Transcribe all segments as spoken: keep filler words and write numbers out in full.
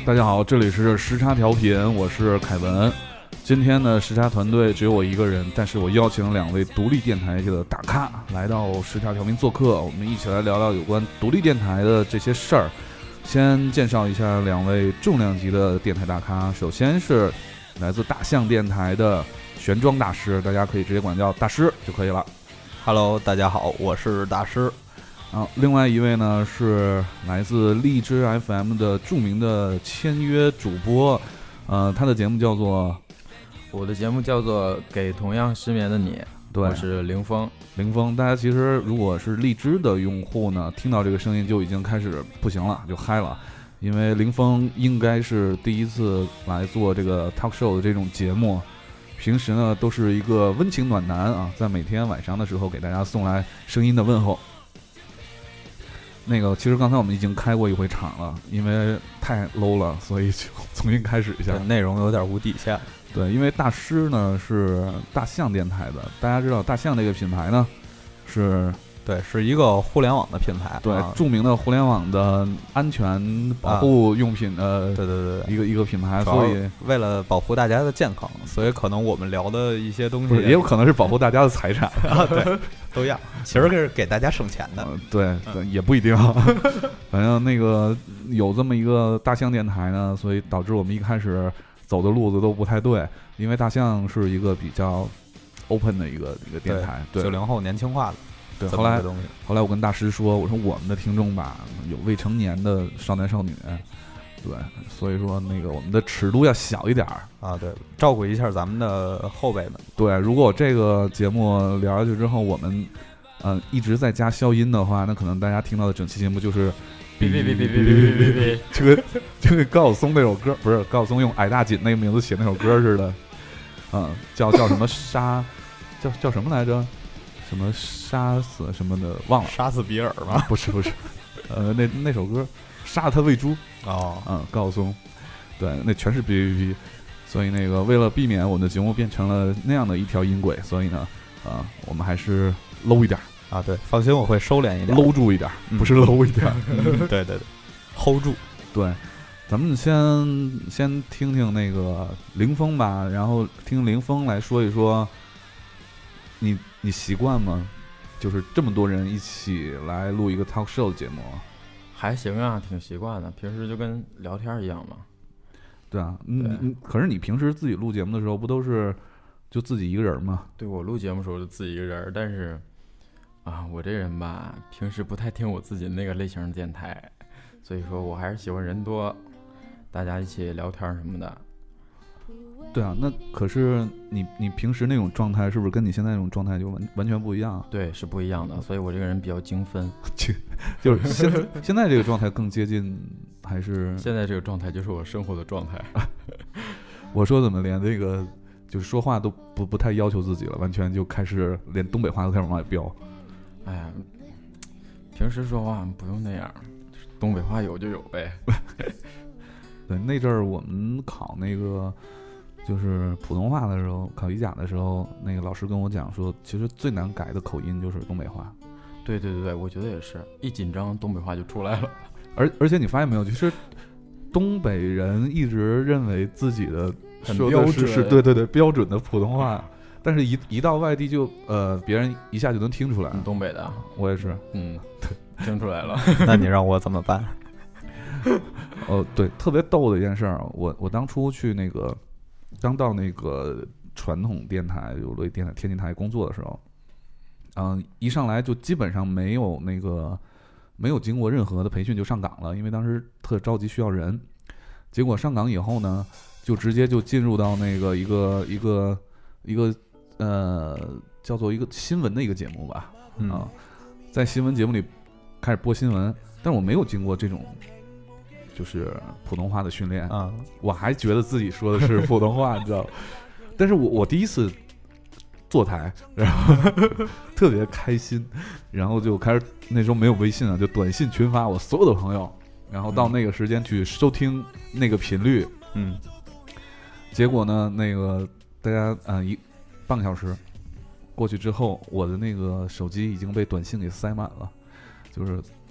大家好，这里是时差调频，我是凯文。今天呢，时差团队只有我一个人，但是我邀请了两位独立电台的大咖来到时差调频做客，我们一起来聊聊有关独立电台的这些事儿。先介绍一下两位重量级的电台大咖，首先是来自大象电台的玄奘大师，大家可以直接管叫大师就可以了。 Hello， 大家好，我是大师。 啊，另外一位呢是来自荔枝 F M 的著名的签约主播，呃，他的节目叫做， 我的节目叫做《给同样失眠的你》， 对， 我是凌峰。 凌峰，大家其实如果是荔枝的用户呢，听到这个声音就已经开始不行了，就嗨了，因为凌峰应该是第一次来做这个 talk show 的这种节目。平时呢都是一个温情暖男啊，在每天晚上的时候给大家送来声音的问候。那个其实刚才我们已经开过一回场了，因为太 low 了，所以就重新开始一下。 内容有点无底线。 对，因为大师呢是大象电台的，大家知道大象这个品牌呢是对是一个互联网的品牌， 对、 啊、 著名的互联网的安全保护用品的、啊、 对对对一个一个品牌，所以为了保护大家的健康，所以可能我们聊的一些东西也有可能是保护大家的财产啊，对，都要，其实是给大家省钱的， 呃、对对、嗯，也不一定，反正那个有这么一个大象电台呢，所以导致我们一开始走的路子都不太对，因为大象是一个比较 open 的一个一个电台，对， 九零后年轻化的。 对，后来后来我跟大师说，我说我们的听众吧有未成年的少男少女，对，所以说那个我们的尺度要小一点啊，对，照顾一下咱们的后辈们。 对，如果这个节目聊下去之后，我们呃一直在加消音的话，那可能大家听到的整期节目就是哔哔哔哔哔哔哔哔， 就跟就跟高晓松那首歌，不是高晓松用矮大紧那个名字写那首歌似的，嗯，叫叫什么杀，叫叫什么来着？什么杀死什么的忘了， 杀死比尔吗？ 不是不是，呃，那那首歌杀他喂猪哦， 嗯，高晓松，对，那全是哔哔哔，所以那个为了避免我们的节目变成了那样的一条音轨，所以呢，啊、呃，我们还是 low 一点啊，对，放心，我会收敛一点 ，low 住一点， 嗯、 不是 low 一点， 嗯、对对对 ，hold 住， 对，咱们先先听听那个凌峰吧，然后听凌峰来说一说，你。你习惯吗？就是这么多人一起来录一个 talk show 的节目， 还行啊，挺习惯的。平时就跟聊天一样嘛。 对啊，嗯，可是你平时自己录节目的时候，不都是就自己一个人吗？ 对，我录节目的时候就自己一个人，但是啊，我这人吧，平时不太听我自己那个类型的电台，所以说我还是喜欢人多，大家一起聊天什么的。 对啊，那可是你你平时那种状态是不是跟你现在那种状态就完完全不一样？ 对，是不一样的，所以我这个人比较精分， 就是现现在这个状态更接近还是现在这个状态就是我生活的状态。 我说怎么连这个就是说话都不不太要求自己了，完全就开始连东北话都开始往外飙。 哎呀，平时说话不用那样，东北话有就有呗。 对，那阵儿我们考那个。就是普通话的时候，考乙甲的时候，那个老师跟我讲说，其实最难改的口音就是东北话。 对对对对，我觉得也是，一紧张东北话就出来了。 而而且你发现没有，就是东北人一直认为自己的很标准， 是对对对标准的普通话，但是一一到外地就呃，别人一下就能听出来。 东北的， 我也是， 嗯，听出来了。 那你让我怎么办？ 哦，对，特别逗的一件事儿，我我当初去那个。刚到那个传统电台有了电台天津台工作的时候，嗯、呃，一上来就基本上没有那个没有经过任何的培训就上岗了，因为当时特着急需要人。结果上岗以后呢，就直接就进入到那个一个一个一个呃叫做一个新闻的一个节目吧，啊、 嗯呃，在新闻节目里开始播新闻，但是我没有经过这种。就是普通话的训练啊、 嗯，我还觉得自己说的是普通话，你知道？但是我我第一次坐台，然后特别开心，然后就开始那时候没有微信啊，就短信群发我所有的朋友，然后到那个时间去收听那个频率， 嗯， 结果呢，那个大家啊、呃、一半个小时过去之后，我的那个手机已经被短信给塞满了，就是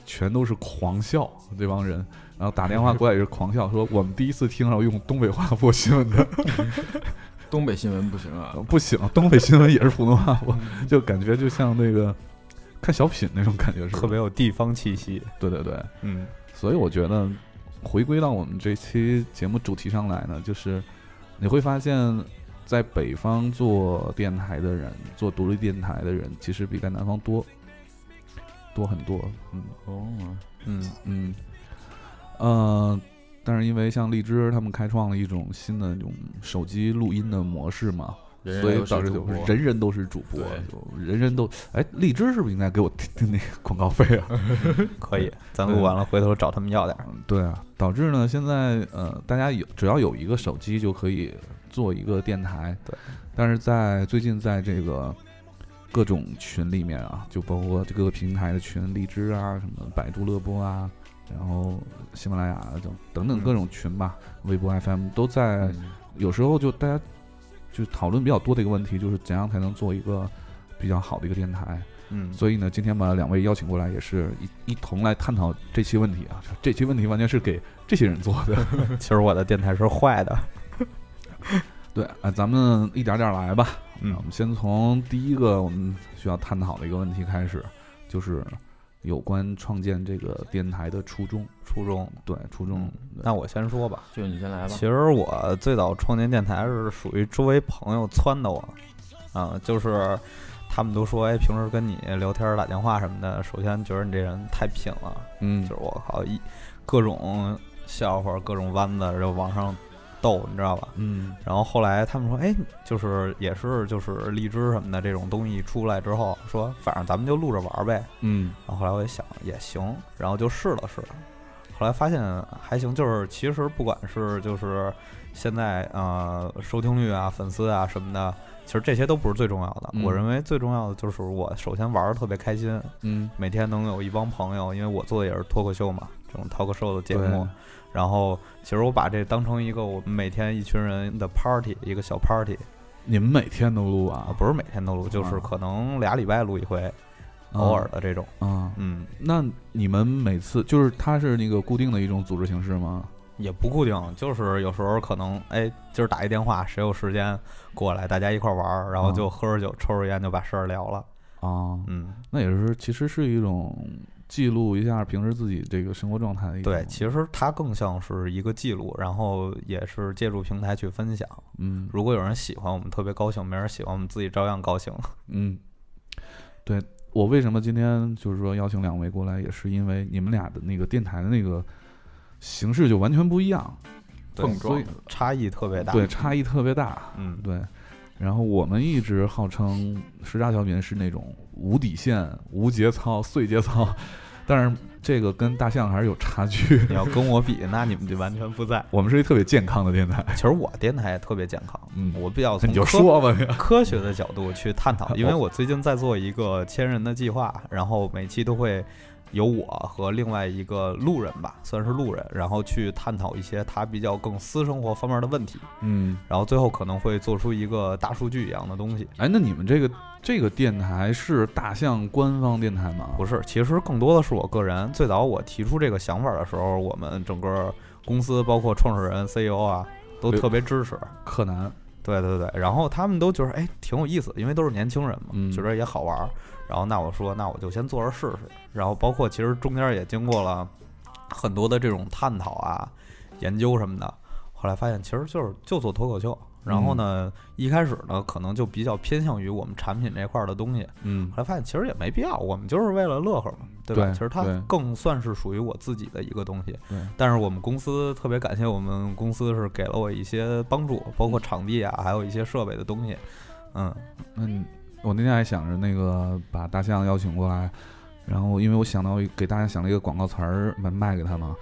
全都是狂笑这帮人，然后打电话过来也是狂笑，说我们第一次听到用东北话播新闻的。 东北新闻不行啊， 不行，东北新闻也是普通话，我就感觉就像那个看小品那种感觉，是特别有地方气息。 对对对， 嗯， 所以我觉得回归到我们这期节目主题上来呢，就是你会发现在北方做电台的人，做独立电台的人，其实比在南方多多很多。嗯哦， 嗯嗯呃，但是因为像荔枝他们开创了一种新的那种手机录音的模式嘛， 人人所以都是主播导致就是人人都是主播， 对就人人都哎，荔枝是不是应该给我听那个广告费啊？ 可以，咱录完了回头找他们要点儿。 嗯对啊，导致呢现在呃大家有只要有一个手机就可以做一个电台， 对。 但是在最近在这个各种群里面啊，就包括这个平台的群，荔枝啊，什么百度乐播啊，然后喜马拉雅等等等各种群吧，嗯、微博 F M 都在。 嗯、 有时候就大家就讨论比较多的一个问题，就是怎样才能做一个比较好的一个电台。 嗯， 所以呢，今天把两位邀请过来，也是一一同来探讨这期问题啊。这期问题完全是给这些人做的。 其实我的电台是坏的。 对啊，咱们一点点来吧。 嗯， 我们先从第一个我们需要探讨的一个问题开始，就是有关创建这个电台的初衷。 初衷， 对，初衷。 嗯、那我先说吧， 就你先来吧。 其实我最早创建电台是属于周围朋友撺的我，啊、嗯，就是他们都说，哎，平时跟你聊天打电话什么的，首先觉得你这人太品了， 嗯， 就是我靠一各种笑话、各种弯子就往上逗，你知道吧？ 嗯， 然后后来他们说，哎，就是也是就是荔枝什么的这种东西出来之后，说反正咱们就录着玩呗。 嗯， 然后后来我也想也行，然后就试了试，后来发现还行，就是其实不管是就是现在呃收听率啊、粉丝啊什么的，其实这些都不是最重要的。 嗯、 我认为最重要的就是我首先玩的特别开心， 嗯， 每天能有一帮朋友，因为我做的也是脱口秀嘛，这种 talk show 的节目。然后其实我把这当成一个我们每天一群人的 party， 一个小 party。 你们每天都录啊？ 啊不是每天都录，就是可能俩礼拜录一回，啊、偶尔的这种。 啊， 嗯， 那你们每次就是它是那个固定的一种组织形式吗？ 也不固定，就是有时候可能哎，今儿打一电话，谁有时间过来，大家一块玩，然后就喝着酒、啊、抽着烟就把事儿聊了。 啊， 嗯， 那也是其实是一种记录一下平时自己这个生活状态的一种。 对，其实它更像是一个记录，然后也是借助平台去分享。 嗯， 如果有人喜欢，我们特别高兴；没人喜欢，我们自己照样高兴。 嗯，对，我为什么今天就是说邀请两位过来，也是因为你们俩的那个电台的那个形式就完全不一样， 碰撞差异特别大。 对，差异特别大。 嗯， 对。然后我们一直号称时差调频是那种无底线、无节操、碎节操，但是这个跟大象还是有差距。 你要跟我比，那你们就完全不在。 我们是一特别健康的电台。 其实我电台也特别健康， 嗯， 我比较从你就说吧， 科学的角度去探讨，因为我最近在做一个千人的计划，然后每期都会有我和另外一个路人吧，算是路人，然后去探讨一些他比较更私生活方面的问题， 嗯， 然后最后可能会做出一个大数据一样的东西。 哎，那你们这个这个电台是大象官方电台吗？ 不是，其实更多的是我个人。最早我提出这个想法的时候，我们整个公司包括创始人 C E O 啊都特别支持。 柯南， 对对对，然后他们都觉得哎挺有意思，因为都是年轻人嘛， 嗯、 觉得也好玩。然后那我说那我就先做着试试，然后包括其实中间也经过了很多的这种探讨啊、研究什么的，后来发现其实就是就做脱口秀。然后呢、嗯、一开始呢可能就比较偏向于我们产品这块的东西， 嗯， 后来发现其实也没必要，我们就是为了乐呵嘛，对吧？ 对， 其实它更算是属于我自己的一个东西。 对， 但是我们公司特别感谢我们公司是给了我一些帮助，包括场地啊，还有一些设备的东西。嗯嗯，我那天还想着那个把大象邀请过来，然后因为我想到给大家想了一个广告词儿卖给他嘛。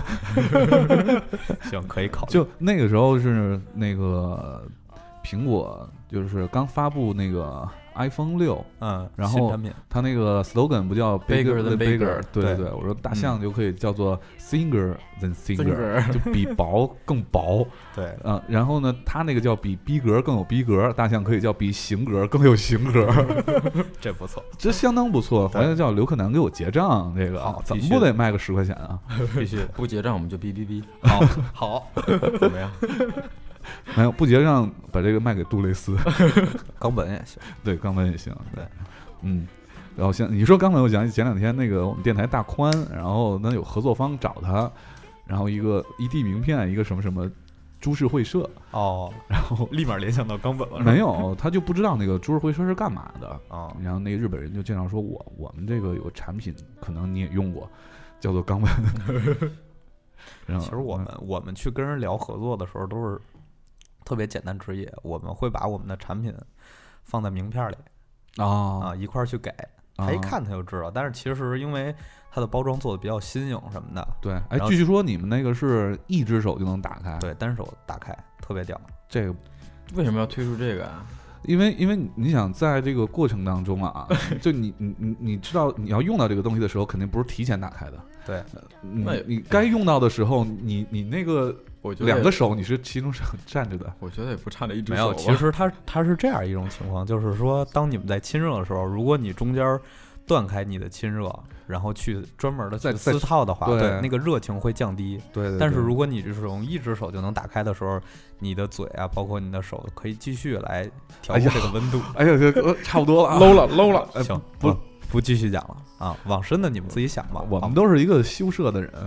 行，可以考虑。 就那个时候是那个苹果就是刚发布那个 iPhone 六， 嗯， 然后新产品它那个 slogan 不叫 Bigger than bigger 对对对，我说大象就可以叫做 thinner than thinner，就比薄更薄。 对， 嗯，然后呢，它那个叫比逼格更有逼格，大象可以叫比型格更有型格， 这不错， 这相当不错。回来叫刘克南给我结账，这个怎么不得卖个十块钱啊？ 必须不结账我们就哔哔哔。 好，好， 怎么样？ 没有不结账，把这个卖给杜蕾斯， 冈本也行， 对，冈本也行， 对， 嗯。然后像你说冈本，我想起前两天那个我们电台大宽，然后那有合作方找他，然后一个一 D 名片，一个什么什么株式会社哦， 然后立马联想到冈本了， 没有，他就不知道那个株式会社是干嘛的啊。 然后那个日本人就介绍说我我们这个有个产品，可能你也用过，叫做冈本。然后其实我们我们去跟人聊合作的时候，都是特别简单直接，我们会把我们的产品放在名片里啊啊一块儿去给。他一看他就知道，但是其实因为它的包装做的比较新颖什么的， 对，哎，继续说你们那个是一只手就能打开， 对，单手打开，特别屌。 这个为什么要推出这个啊？ 因为因为你想在这个过程当中啊，就你你你你知道你要用到这个东西的时候，肯定不是提前打开的， 对， 你你该用到的时候，你你那个我觉得两个手你是其中手站着的， 我觉得也不差那一只没有。其实它它是这样一种情况，就是说，当你们在亲热的时候，如果你中间断开你的亲热，然后去专门的去撕套的话， 对， 对，那个热情会降低。 对， 对， 对。 但是如果你这种一只手就能打开的时候，你的嘴啊，包括你的手，可以继续来调控这个温度。 哎呀，这、哎、差不多了 ，low 了 ，low 了。 行，不不继续讲了啊，往深的你们自己想吧。 我们都是一个羞涩的人。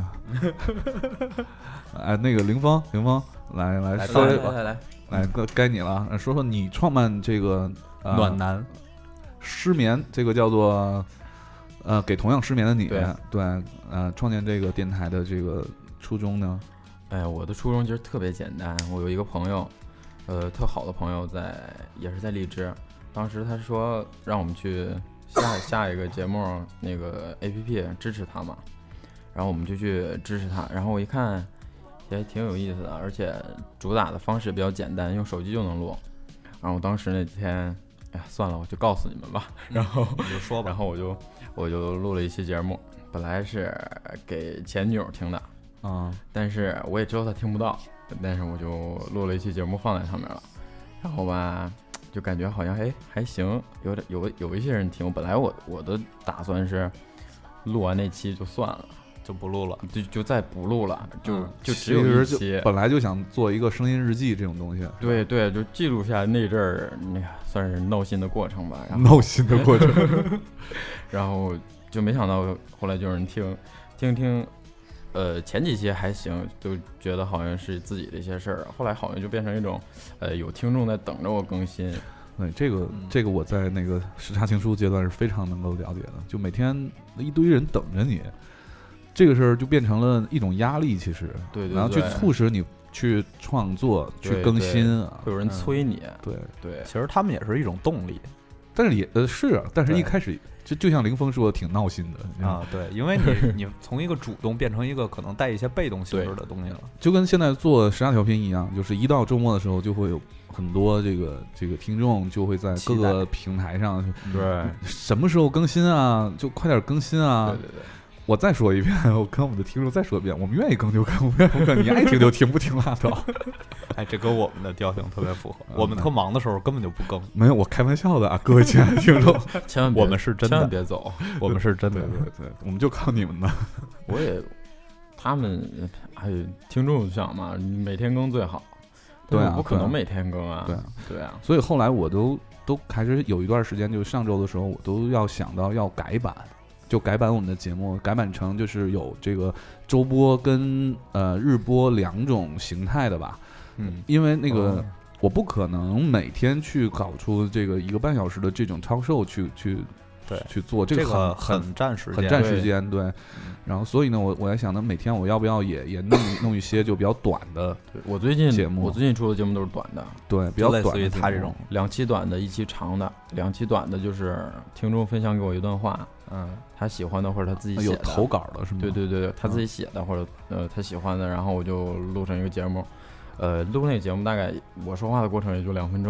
哎，那个凌峰，凌峰，来来说， 来来来， 来，该你了，说说你创办这个、呃、 暖男。 失眠，这个叫做呃，给同样失眠的你， 对， 对呃，创建这个电台的这个初衷呢？ 哎呀，我的初衷其实特别简单。我有一个朋友，呃，特好的朋友在，也是在荔枝。当时他说让我们去下下一个节目那个 A P P 支持他嘛，然后我们就去支持他。然后我一看也挺有意思的，而且主打的方式比较简单，用手机就能录。然后我当时那天。哎，算了，我就告诉你们吧。然后你就说吧。 然后我就我就录了一期节目，本来是给前女友听的啊、嗯， 但是我也知道她听不到，但是我就录了一期节目放在上面了。然后吧，就感觉好像哎还行，有点有有一些人听。本来我我的打算是录完那期就算了。 就不录了， 就就再不录了，就、嗯、就只有一期。 本来就想做一个声音日记这种东西， 对对，就记录下那阵儿，那个算是闹心的过程吧。然后闹心的过程， 然后就没想到后来就有人听，听听，呃，前几期还行，就觉得好像是自己的一些事儿，后来好像就变成一种，呃，有听众在等着我更新。 对，这个这个我在那个时差情书阶段是非常能够了解的，就每天一堆人等着你。这个事儿就变成了一种压力，其实， 对 对, 对， 然后去促使你去创作、去更新啊， 会有人催你， 嗯、对对， 其实他们也是一种动力， 但是也呃是，但是一开始就就像林峰说的，挺闹心的啊，对，因为你你从一个主动变成一个可能带一些被动性质的东西了， 就跟现在做时差调频一样，就是一到周末的时候，就会有很多这个这个听众就会在各个平台上， 对， 什么时候更新啊？就快点更新啊！ 对对对。 我再说一遍，我跟我们的听众再说一遍，我们愿意更就更，我们愿意更，你爱听就听，不听拉倒。 哎，这跟我们的调性特别符合。我们特忙的时候根本就不更。 没有，我开玩笑的啊，各位亲爱的听众， 千万我们是真的， 千万别走， 我们是真的， 对对对，我们就靠你们的。 我也，他们还有听众想嘛，每天更最好， 对啊， 不可能每天更啊， 对啊， 对啊。 所以后来我都都还是有一段时间，就是上周的时候，我都要想到要改版。就改版我们的节目，改版成就是有这个周播跟呃日播两种形态的吧。 嗯， 因为那个、哦、我不可能每天去搞出这个一个半小时的这种talk show去去对去做，这个很很很占时间， 很占时间。对，对然后所以呢，我我在想呢，每天我要不要也也弄弄一些就比较短的对我最近节目， 我最近出的节目都是短的， 对，比较短的， 类似于他这种两期短的，一期长的。两期短的就是听众分享给我一段话。 嗯， 他喜欢的或者他自己写的， 有投稿的是吗？ 对对对，他自己写的、嗯、或者呃他喜欢的，然后我就录成一个节目，呃，录那个节目大概我说话的过程也就两分钟，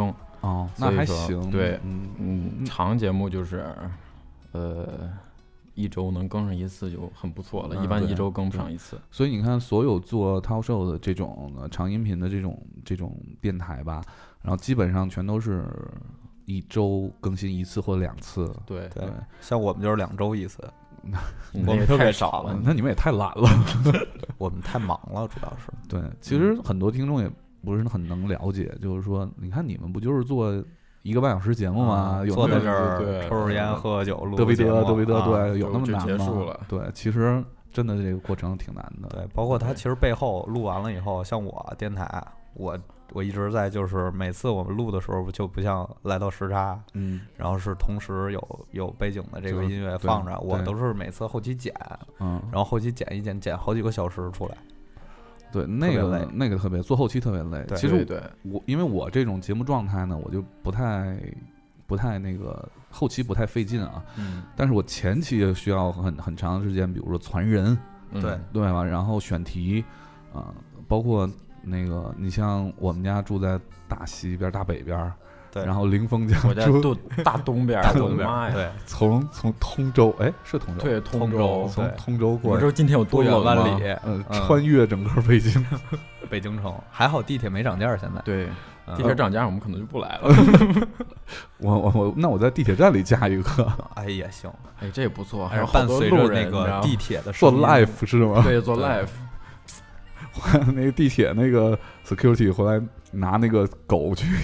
哦，那所以说还行。 对， 嗯嗯，长节目就是，呃，一周能更上一次就很不错了， 嗯一般对一周更不上一次。 所以你看，所有做 talk show 的这种呃长音频的这种这种电台吧，然后基本上全都是一周更新一次或两次。 对， 对，像我们就是两周一次， 你那个我们特别太少了嗯。那你们也太懒了。 我们太忙了，主要是。 对，其实很多听众也不是很能了解，就是说，你看你们不就是做一个半小时节目吗？有那么坐在这儿对抽抽烟喝酒录德维德， 节目德维德， 啊对，有那么就难吗结束了？ 对，其实真的这个过程挺难的。 对，包括他其实背后录完了以后，像我电台，我我一直在就是每次我们录的时候就不像来到时差， 嗯然后是同时有有背景的这个就音乐对放着，我对都是每次后期剪， 嗯， 然后后期剪一剪，剪好几个小时出来。 对，那别累个那个特别做后期特别累。 对其实对对， 我因为我这种节目状态呢，我就不太不太那个后期不太费劲啊， 嗯， 但是我前期也需要很很长时间，比如说传人， 嗯对对吧？然后选题啊、包括那个你像我们家住在大西边、大北边， 对， 然后林峰家我家住都大东边儿， 大东边我的妈呀！ 对， 从从通州，哎，是通州， 对， 通州州， 从对通州过来你知，道今天有多不远冷吗？ 万里， 呃， 嗯穿越整个北京。 北京城，还好地铁没涨价，现在。 对， 嗯地铁涨价我们可能就不来了。 我我我，那我在地铁站里加一个哎也行， 哎，这也不错，还还是有好多伴随着那路人，你知个道吗地铁的做声音 live 是吗？ 对，做对 live， 那个地铁那个 security 回来拿那个狗去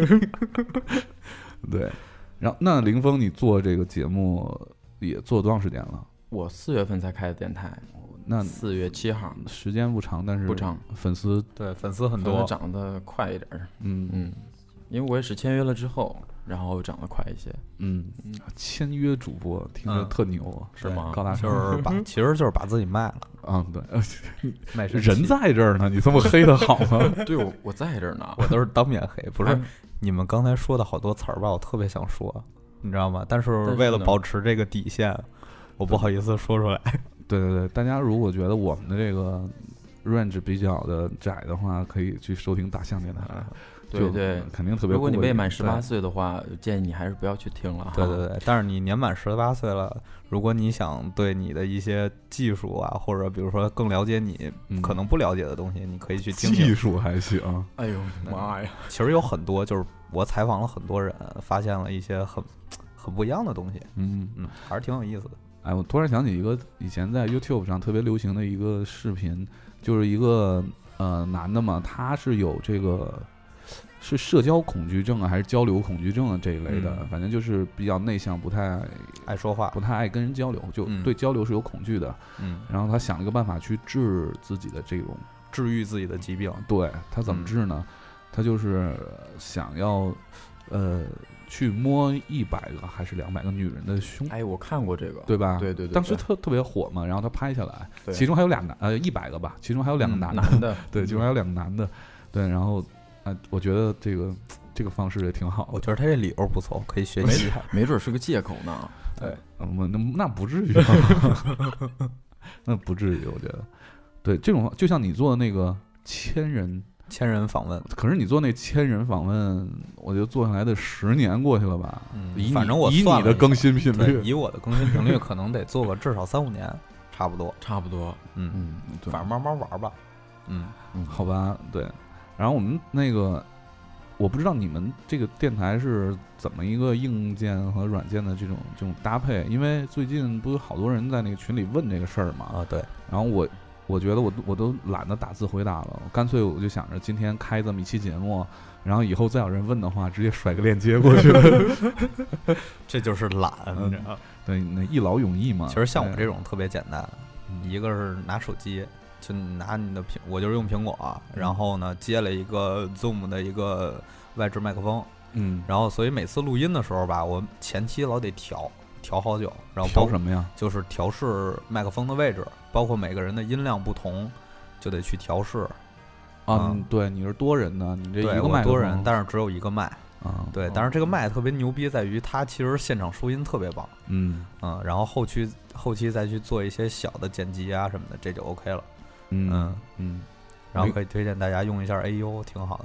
对，然后那林峰，你做这个节目也做了多长时间了？ 我四月份才开的电台， 那四月七号， 时间不长，但是不长， 粉丝对粉丝很可能多， 涨得快一点儿。 嗯嗯，因为我也是签约了之后，然后涨得快一些。 嗯，签约主播听着嗯特牛啊， 是吗高大上就是把其实就是把自己卖了， 啊，对，呃卖身契人在这儿呢，你这么黑的好吗？ 对，我我在这儿呢。 我都是当面黑，不是哎你们刚才说的好多词儿吧，我特别想说，你知道吗？但是但是为了呢保持这个底线，我不好意思说出来。 对对对，大家如果觉得我们的这个 range 比较的窄的话，可以去收听大象电台，就对对， 肯定特别如果你过瘾未满十八对岁的话，建议你还是不要去听了哈。 对对对，但是你年满十八岁了，如果你想对你的一些技术啊，或者比如说更了解你嗯可能不了解的东西，你可以去听技听。 术还行， 哎呦妈呀！ 其实有很多，就是我采访了很多人，发现了一些很很不一样的东西， 嗯， 嗯，还是挺有意思的。 哎，我突然想起一个以前在 YouTube 上特别流行的一个视频，就是一个呃男的嘛，他是有这个是社交恐惧症啊，还是交流恐惧症啊这一类的， 嗯反正就是比较内向，不太爱说话不，太爱跟人交流，就嗯对交流是有恐惧的。 嗯， 然后他想了一个办法去治自己的这种， 治愈自己的疾病， 对他怎么嗯治呢？他就是想要呃去摸一百个还是两百个女人的胸， 哎，我看过这个， 对吧？ 对对对， 当时对特特别火嘛，然后他拍下来， 对其中还有俩男呃一百个吧，其中还有两个嗯男的， 男的， 对，其中还有两个男的，对，然后啊、我觉得这个这个方式也挺好的， 我觉得他这理由不错，可以学没习一下。 没准是个借口呢。 对， 嗯我那那不至于啊，那不至于，我觉得，对，这种就像你做的那个千人。 千人访问， 可是你做那千人访问，我觉得做下来的十年过去了吧？ 嗯以你反正我以算了一下你的更新频对， 率， 以我的更新频率，可能得做个至少三五年，差不多。 差不多， 嗯， 嗯， 对反正慢慢玩吧。嗯， 嗯好吧，对。然后我们那个，我不知道你们这个电台是怎么一个硬件和软件的这种这种搭配，因为最近不是好多人在那个群里问这个事儿嘛。 啊，对， 然后我我觉得我我都懒得打字回答了，干脆我就想着今天开这么一期节目，然后以后再有人问的话，直接甩个链接过去。 这就是懒， 嗯你知道吗？ 对，那一劳永逸嘛。 其实像我对这种特别简单， 嗯一个是拿手机，就拿你的苹，我就是用苹果， 嗯然后呢接了一个 Zoom 的一个外置麦克风， 嗯， 然后所以每次录音的时候吧，我前期老得调调好久，然后包调什么呀？ 就是调试麦克风的位置，包括每个人的音量不同，就得去调试。 啊， 嗯对，你是多人的，你这一对， 个麦克我多人， 风但是只有一个麦。 啊， 对，但是这个麦特别牛逼，在于它其实现场收音特别棒。 嗯嗯，然后后期后期再去做一些小的剪辑啊什么的，这就 OK 了。 嗯嗯嗯， 然后可以推荐大家用一下 A U，挺好的。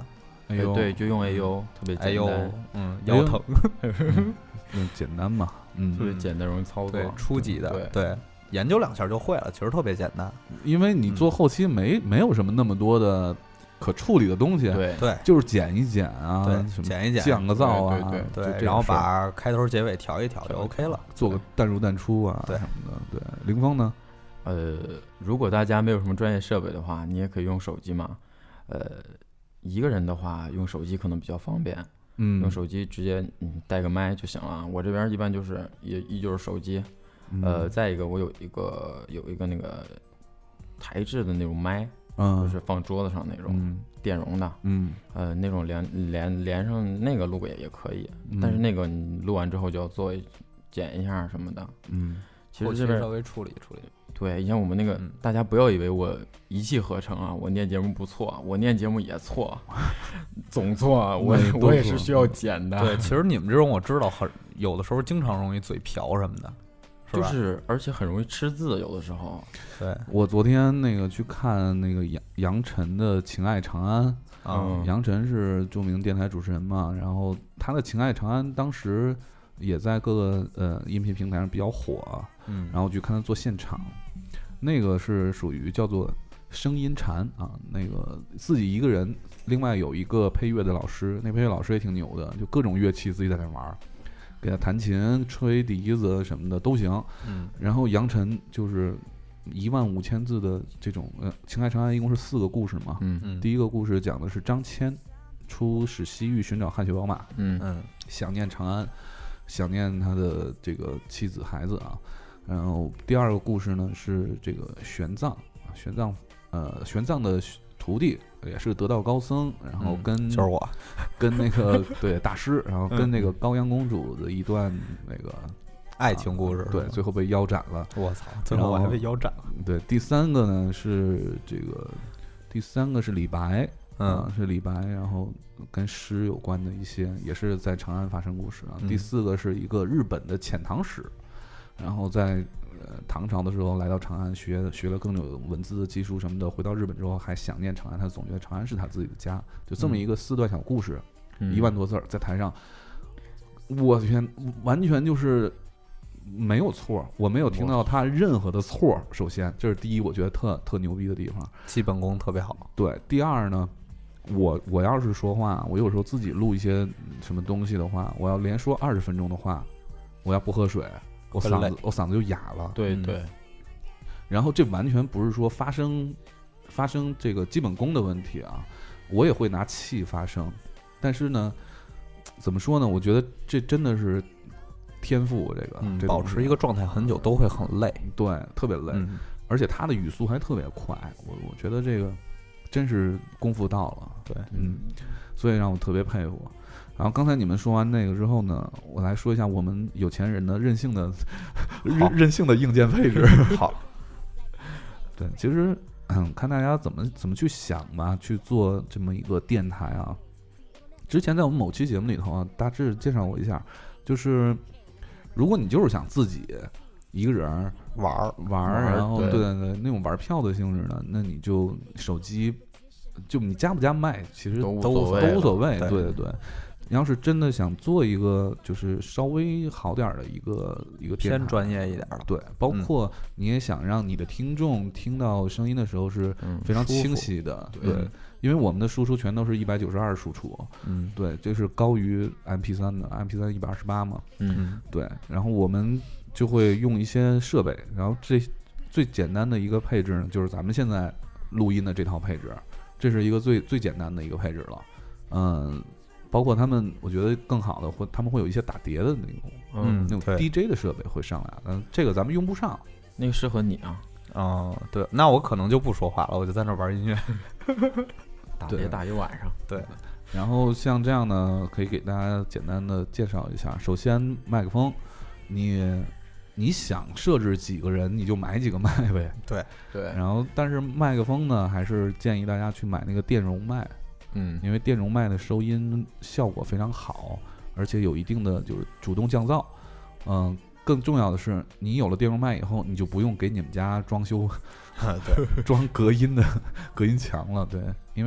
哎呦， 对，就用 A U，特别哎呦简单，， 嗯， 哎呦腰疼， 嗯，简单嘛，嗯特，别简单，容易操作对，。初级的， 对对，研究两下就会了，其实特别简单。 因为你做后期没没有什么那么多的可处理的东西， 对对就是剪一剪啊， 对什么剪一剪降个噪啊， 对对对就，这然后种事儿把开头结尾调一调就调一 OK 了。 做个淡入淡出啊， 对什么的。对，林峰呢？ 呃，如果大家没有什么专业设备的话，你也可以用手机嘛。呃，一个人的话，用手机可能比较方便， 嗯， 用手机直接嗯带个麦就行了。我这边一般就是也依旧是手机， 嗯呃，再一个我有一个有一个那个台制的那种麦， 嗯， 就是放桌子上那种嗯电容的， 嗯， 呃，那种连连连上那个录也也可以， 嗯但是那个你录完之后就要做剪一下什么的。 嗯后期其实这边稍微处理处理。 对，以前我们那个、 嗯大家不要以为我一气呵成啊，我念节目不错，我念节目也错，总错，我那都我也错是需要剪的。 对，其实你们这种我知道很有的时候经常容易嘴瓢什么的，是吧？ 就是而且很容易吃字，有的时候。 对我昨天那个去看那个杨杨晨的《情爱长安》， 啊， 嗯杨晨是著名电台主持人嘛，然后他的《情爱长安》当时也在各个呃音频平台上比较火， 嗯， 然后我去看他做现场，那个是属于叫做声音禅啊，那个自己一个人，另外有一个配乐的老师，那配乐老师也挺牛的，就各种乐器自己在那玩儿，给他弹琴、吹笛子什么的都行。 嗯然后杨晨就是一万五千字的这种呃《情爱长安》，一共是四个故事嘛。 嗯嗯， 第一个故事讲的是张骞出使西域寻找汗血宝马， 嗯嗯想念长安，想念他的这个妻子孩子啊。然后第二个故事呢是这个玄奘，啊玄奘呃玄奘的徒弟也是得道高僧，然后嗯跟、 就是我， 跟那个对大师，然后跟嗯那个高阳公主的一段那个爱情故事， 对，最后被腰斩了。 我操，最后我还被腰斩了。 对，第三个呢是这个，第三个是李白， 嗯啊，是李白，然后跟诗有关的一些，也是在长安发生故事啊。 嗯第四个是一个日本的遣唐使，然后在呃唐朝的时候来到长安学学了更有文字的技术什么的，回到日本之后还想念长安，他总觉得长安是他自己的家，就这么一个四段小故事， 嗯一万多字儿在台上，我天，完全就是没有错，我没有听到他任何的错。首先，这是第一，我觉得特特牛逼的地方。 基本功特别好。 对，第二呢，我我要是说话，我有时候自己录一些什么东西的话，我要连说二十分钟的话，我要不喝水，我很累嗓子我嗓子就哑了。 嗯对对， 然后这完全不是说发生发生这个基本功的问题啊，我也会拿气发声，但是呢，怎么说呢？我觉得这真的是天赋，这个、 嗯， 这东西保持一个状态很久都会很累。 对，特别累， 嗯而且他的语速还特别快，我我觉得这个真是功夫到了， 对， 嗯，所以让我特别佩服。然后刚才你们说完那个之后呢，我来说一下我们有钱人的任性的任任性的硬件配置。 好， 对，其实嗯，看大家怎么怎么去想吧，去做这么一个电台啊。之前在我们某期节目里头啊，大致介绍过一下，就是如果你就是想自己一个人儿玩儿玩儿， 玩儿然后对对对对，那种玩票的性质呢，那你就手机，就你加不加麦，其实都无都所谓了都无所谓。 对对对对，你要是真的想做一个就是稍微好点儿的一个一个电台偏专业一点的。 对，包嗯括你也想让你的听众听到声音的时候是嗯非常舒服清晰的， 对对，因为我们的输出全都是一百九十二输出， 嗯对，这是高于 M P 三的 M P 三一百二十八嘛， 嗯嗯对，然后我们就会用一些设备，然后这最简单的一个配置呢，就是咱们现在录音的这套配置，这是一个最最简单的一个配置了，嗯。包括他们，我觉得更好的会，他们会有一些打碟的那种嗯， 那种对 D J 的设备会上来，嗯，这个咱们用不上， 那个适合你啊， 哦，对，那我可能就不说话了，我就在那玩音乐。 对打碟打一晚上。 对， 然后像这样呢，可以给大家简单的介绍一下。首先，麦克风，你你想设置几个人，你就买几个麦呗。 对， 对， 然后，但是麦克风呢，还是建议大家去买那个电容麦， 嗯因为电容麦的收音效果非常好，而且有一定的就是主动降噪。嗯、更重要的是，你有了电容麦以后，你就不用给你们家装修对， 装隔音的隔音墙了。对，因为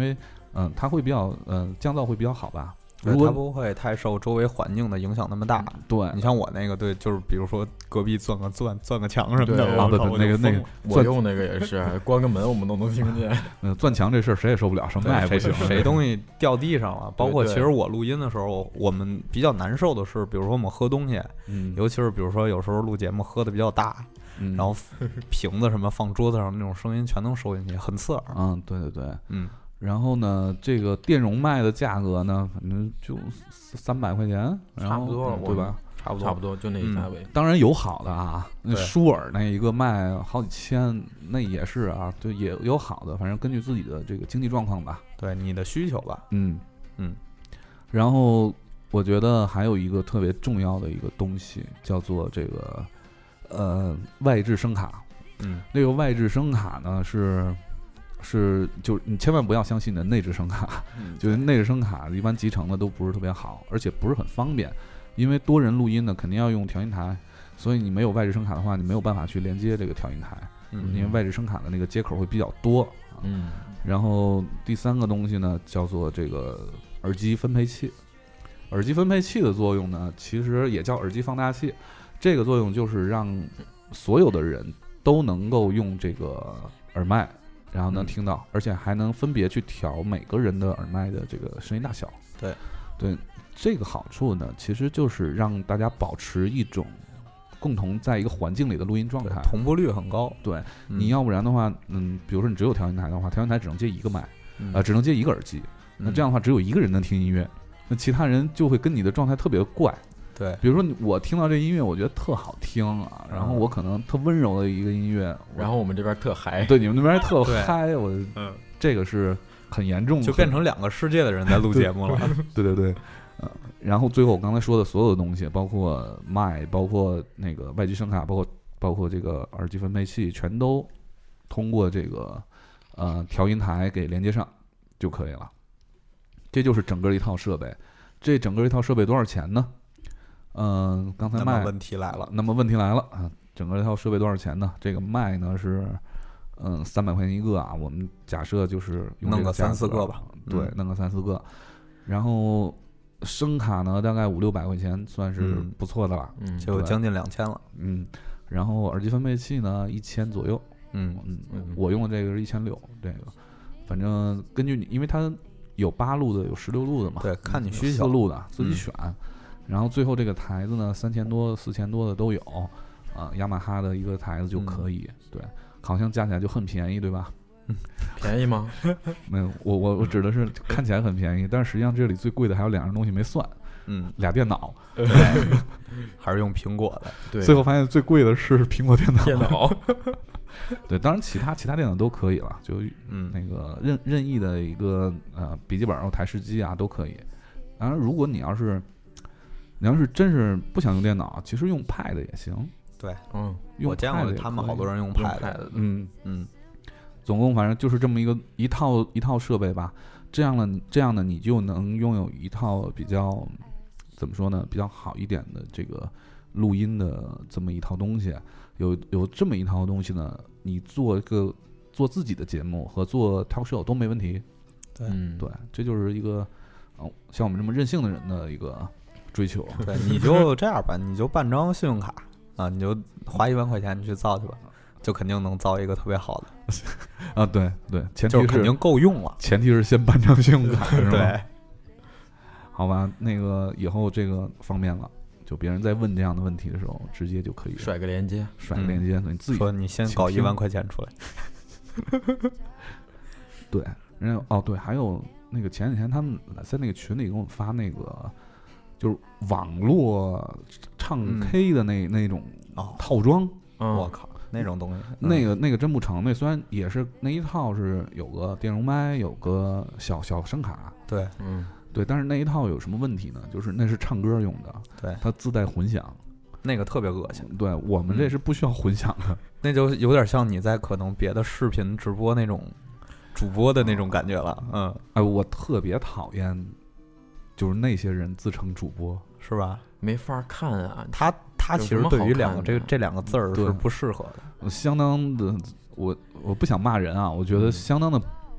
嗯，它会比较呃降噪会比较好吧。 对， 如果它不会太受周围环境的影响那么大。 对， 你像我那个，对，就是比如说隔壁钻个钻钻个墙什么的， 对啊，对对， 我靠那个那个， 我用那个也是，关个门我们都能听见。 嗯，钻墙这事儿谁也受不了，什么麦不行， 谁东西掉地上了。包括对对其实我录音的时候，我们比较难受的是，比如说我们喝东西， 嗯， 尤其是比如说有时候录节目喝的比较大， 嗯然后瓶子什么放桌子上那种声音全能收进去，很刺耳。 嗯，对对对， 嗯。 然后呢，这个电容麦的价格呢，反正就三百块钱，然后差不多对吧？ 差不多， 差不多就那个价位。 当然有好的啊，那对舒尔那一个卖好几千，那也是啊，就也有好的，反正根据自己的这个经济状况吧。 对你的需求吧。 嗯嗯。 然后我觉得还有一个特别重要的一个东西，叫做这个呃外置声卡。 嗯， 那个外置声卡呢是。是，就你千万不要相信你的内置声卡， 嗯、 就是内置声卡一般集成的都不是特别好，而且不是很方便，因为多人录音呢肯定要用调音台，所以你没有外置声卡的话，你没有办法去连接这个调音台， 嗯， 因为外置声卡的那个接口会比较多。 嗯， 然后第三个东西呢叫做这个耳机分配器，耳机分配器的作用呢其实也叫耳机放大器，这个作用就是让所有的人都能够用这个耳麦。然后能听到，而且还能分别去调每个人的耳麦的这个声音大小。 对， 对，这个好处呢，其实就是让大家保持一种共同在一个环境里的录音状态， 同步率很高。 对， 嗯、 你要不然的话，嗯，比如说你只有调音台的话，调音台只能接一个麦，啊、 嗯呃，只能接一个耳机。 嗯、 那这样的话，只有一个人能听音乐，那其他人就会跟你的状态特别的怪。 对， 比如说我听到这音乐，我觉得特好听啊，然后我可能特温柔的一个音乐， 然后我们这边特嗨， 对，你们那边特嗨，我嗯， 这个是很严重， 就变成两个世界的人在录节目了。 对对对，呃，然后最后我刚才说的所有的东西，包括麦，包括那个外机声卡，包括包括这个耳机分配器，全都通过这个呃调音台给连接上就可以了。这就是整个一套设备。这整个一套设备多少钱呢？嗯、呃，刚才麦问题来了， 那么问题来了啊，整个这套设备多少钱呢？这个麦呢是嗯三百块钱一个啊，我们假设就是用弄个三四个吧， 对，嗯、弄个三四个，然后声卡呢大概五六百块钱，算是不错的了， 嗯， 就将近两千了， 嗯，然后耳机分配器呢一千左右， 嗯嗯，我用的这个是一千六，这个反正根据你，因为它有八路的，有十六路的嘛， 对，看你需求， 四路的自己选。 嗯然后最后这个台子呢，三千多、四千多的都有，啊，雅马哈的一个台子就可以，嗯、对，好像加起来就很便宜，对吧？ 便宜吗？ 没有，我我我指的是看起来很便宜，但是实际上这里最贵的还有两样东西没算， 嗯， 俩电脑， 还是用苹果的， 对， 最后发现最贵的是苹果电脑， 电脑， 对，当然其他其他电脑都可以了，就嗯那个任任意的一个呃笔记本或台式机啊都可以。当然，如果你要是你要是真是不想用电脑，其实用 Pad 也行。 对， 嗯， 我见过他们好多人用 Pad 的， 嗯嗯， 总共反正就是这么一个一套一套设备吧。这样呢，这样呢，你就能拥有一套比较怎么说呢，比较好一点的这个录音的这么一套东西。有有这么一套东西呢，你做一个做自己的节目和做 talk show 都没问题。 对， 嗯， 对，这就是一个哦，像我们这么任性的人的一个追求。 对，你就这样吧，你就办张信用卡啊，你就花一万块钱你去造去吧，就肯定能造一个特别好的。 啊，对对，前提就是肯定够用了， 前提是先办张信用卡，是吧？ 对， 好吧，那个以后这个方便了，就别人在问这样的问题的时候，直接就可以甩个链接， 甩个链接，嗯、你自己说你先搞一万块钱出来。 对，人家哦对，还有那个前几天他们在那个群里给我发那个，就是网络唱 K 的那、嗯、那种套装， 嗯、 我靠，那种东西， 那个那个真不成，那虽然也是那一套是有个电容麦，有个小小声卡， 对， 嗯。 对，但是那一套有什么问题呢？就是那是唱歌用的， 对， 它自带混响， 那个特别恶心。 对，我们这是不需要混响的， 嗯、那就有点像你在可能别的视频直播那种主播的那种感觉了。嗯， 哎，我特别讨厌，就是那些人自称主播， 是吧？ 没法看啊， 他他其实对于两个这这两个字儿是不适合的， 相当的，我我不想骂人啊，我觉得相当的。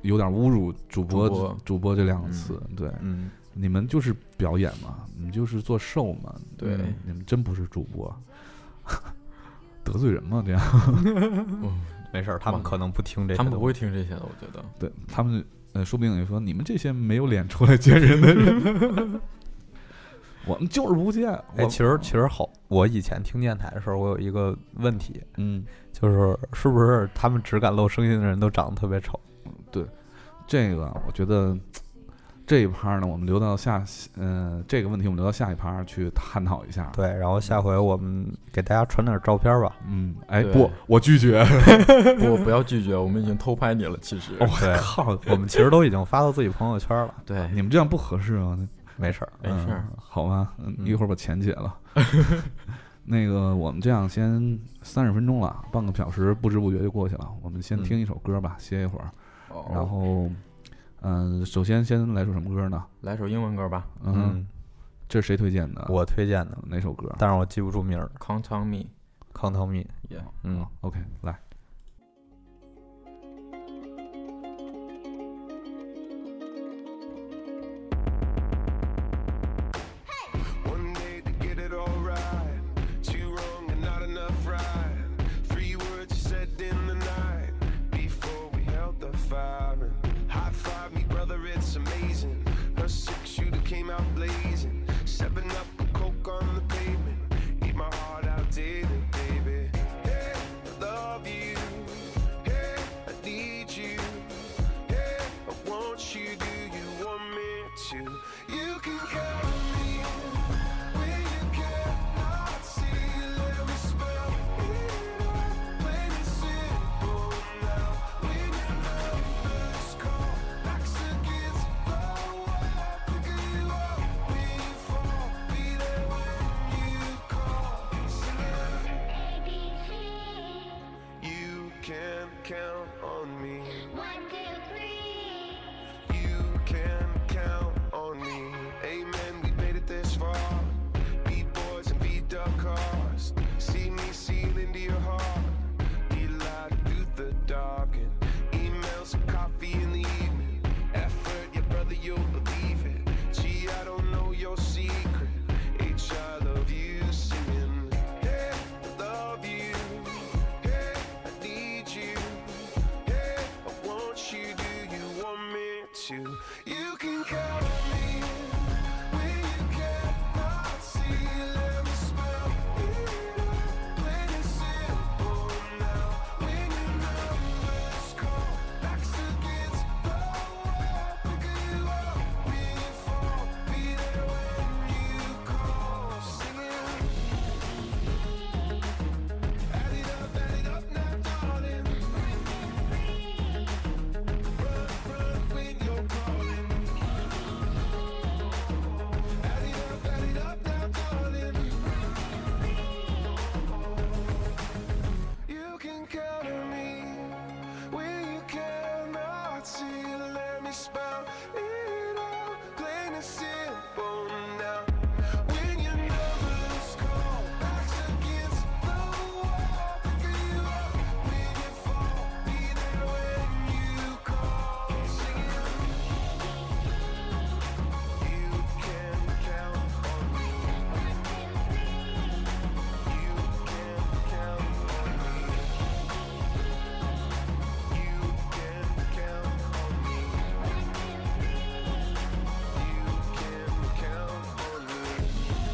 有点侮辱主播主播主播这两个词，对， 嗯， 你们就是表演嘛，你们就是做show嘛， 对， 你们真不是主播，得罪人吗？这样， 没事儿，他们可能不听这些， 他们不会听这些的，我觉得， 对他们，呃，说不定也说你们这些没有脸出来见人的人。我们就是不见。 哎，其实其实好，我以前听电台的时候，我有一个问题， 嗯， 就是是不是他们只敢露声音的人都长得特别丑？ 对，这个我觉得这一趴呢，我们留到下，呃，这个问题我们留到下一趴去探讨一下。 对，然后下回我们给大家传点照片吧。 嗯，哎， 对不，我拒绝。 不，不要拒绝，我们已经偷拍你了。其实， 我、 哦、对， 靠， 我们其实都已经发到自己朋友圈了。 对， 你们这样不合适啊。 没事儿， 没事儿、 嗯，好吧，嗯， 嗯一会儿把钱结了。那个，我们这样先三十分钟了，半个小时不知不觉就过去了。我们先听一首歌吧，嗯、歇一会儿。 哦、 然后，嗯、呃，首先先来首什么歌呢？ 来首英文歌吧。 嗯，嗯这是谁推荐的？ 我推荐的。 哪首歌？ 但是我记不住名儿。 Count on me。Count on me。Yeah。嗯 ，OK， 来。 Count on me. One, two, three. You can count on me. Amen. We made it this far. Beat boys and beat up cars. See me seal into your heart. Be light through the dark and emails and coffee in the evening. Effort, your brother, you'll believe it. Gee, I don't know your secret. H, I love you singing. Hey, I love you. Hey, I need you. You do you want me to? You can count on me when you cannot see. Let me spell it out, plain and simple now. When your numbers call, backs against the wall, picking you up when you fall. Be there when you call, singing. Add it up, add it up now, darling. Spell it out, plain and simple now. When your numbers call, backs against the wall, picking you up when you fall. Be there when you call, singing. You can count on me. You can count on me. You can count on me. Count on me.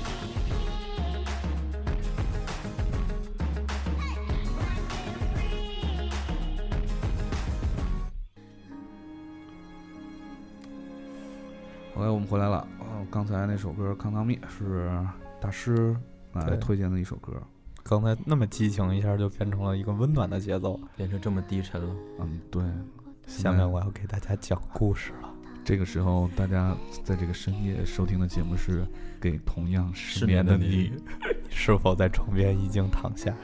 后来我们回来了，哦，刚才那首歌《康康蜜》是大师来推荐的一首歌。 刚才那么激情，一下就变成了一个温暖的节奏， 变成这么低沉了。 嗯，对。 下面我要给大家讲故事了。 这个时候，大家在这个深夜收听的节目是《给同样失眠的你》， 你是否在床边已经躺下？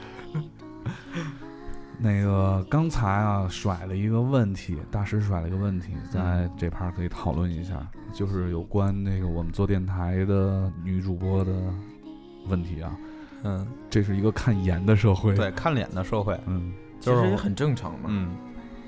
那个刚才啊，甩了一个问题，大师甩了一个问题，在这趴可以讨论一下，就是有关那个我们做电台的女主播的问题啊。 嗯， 这是一个看颜的社会， 对，看脸的社会。 嗯， 其实也很正常嘛。 嗯。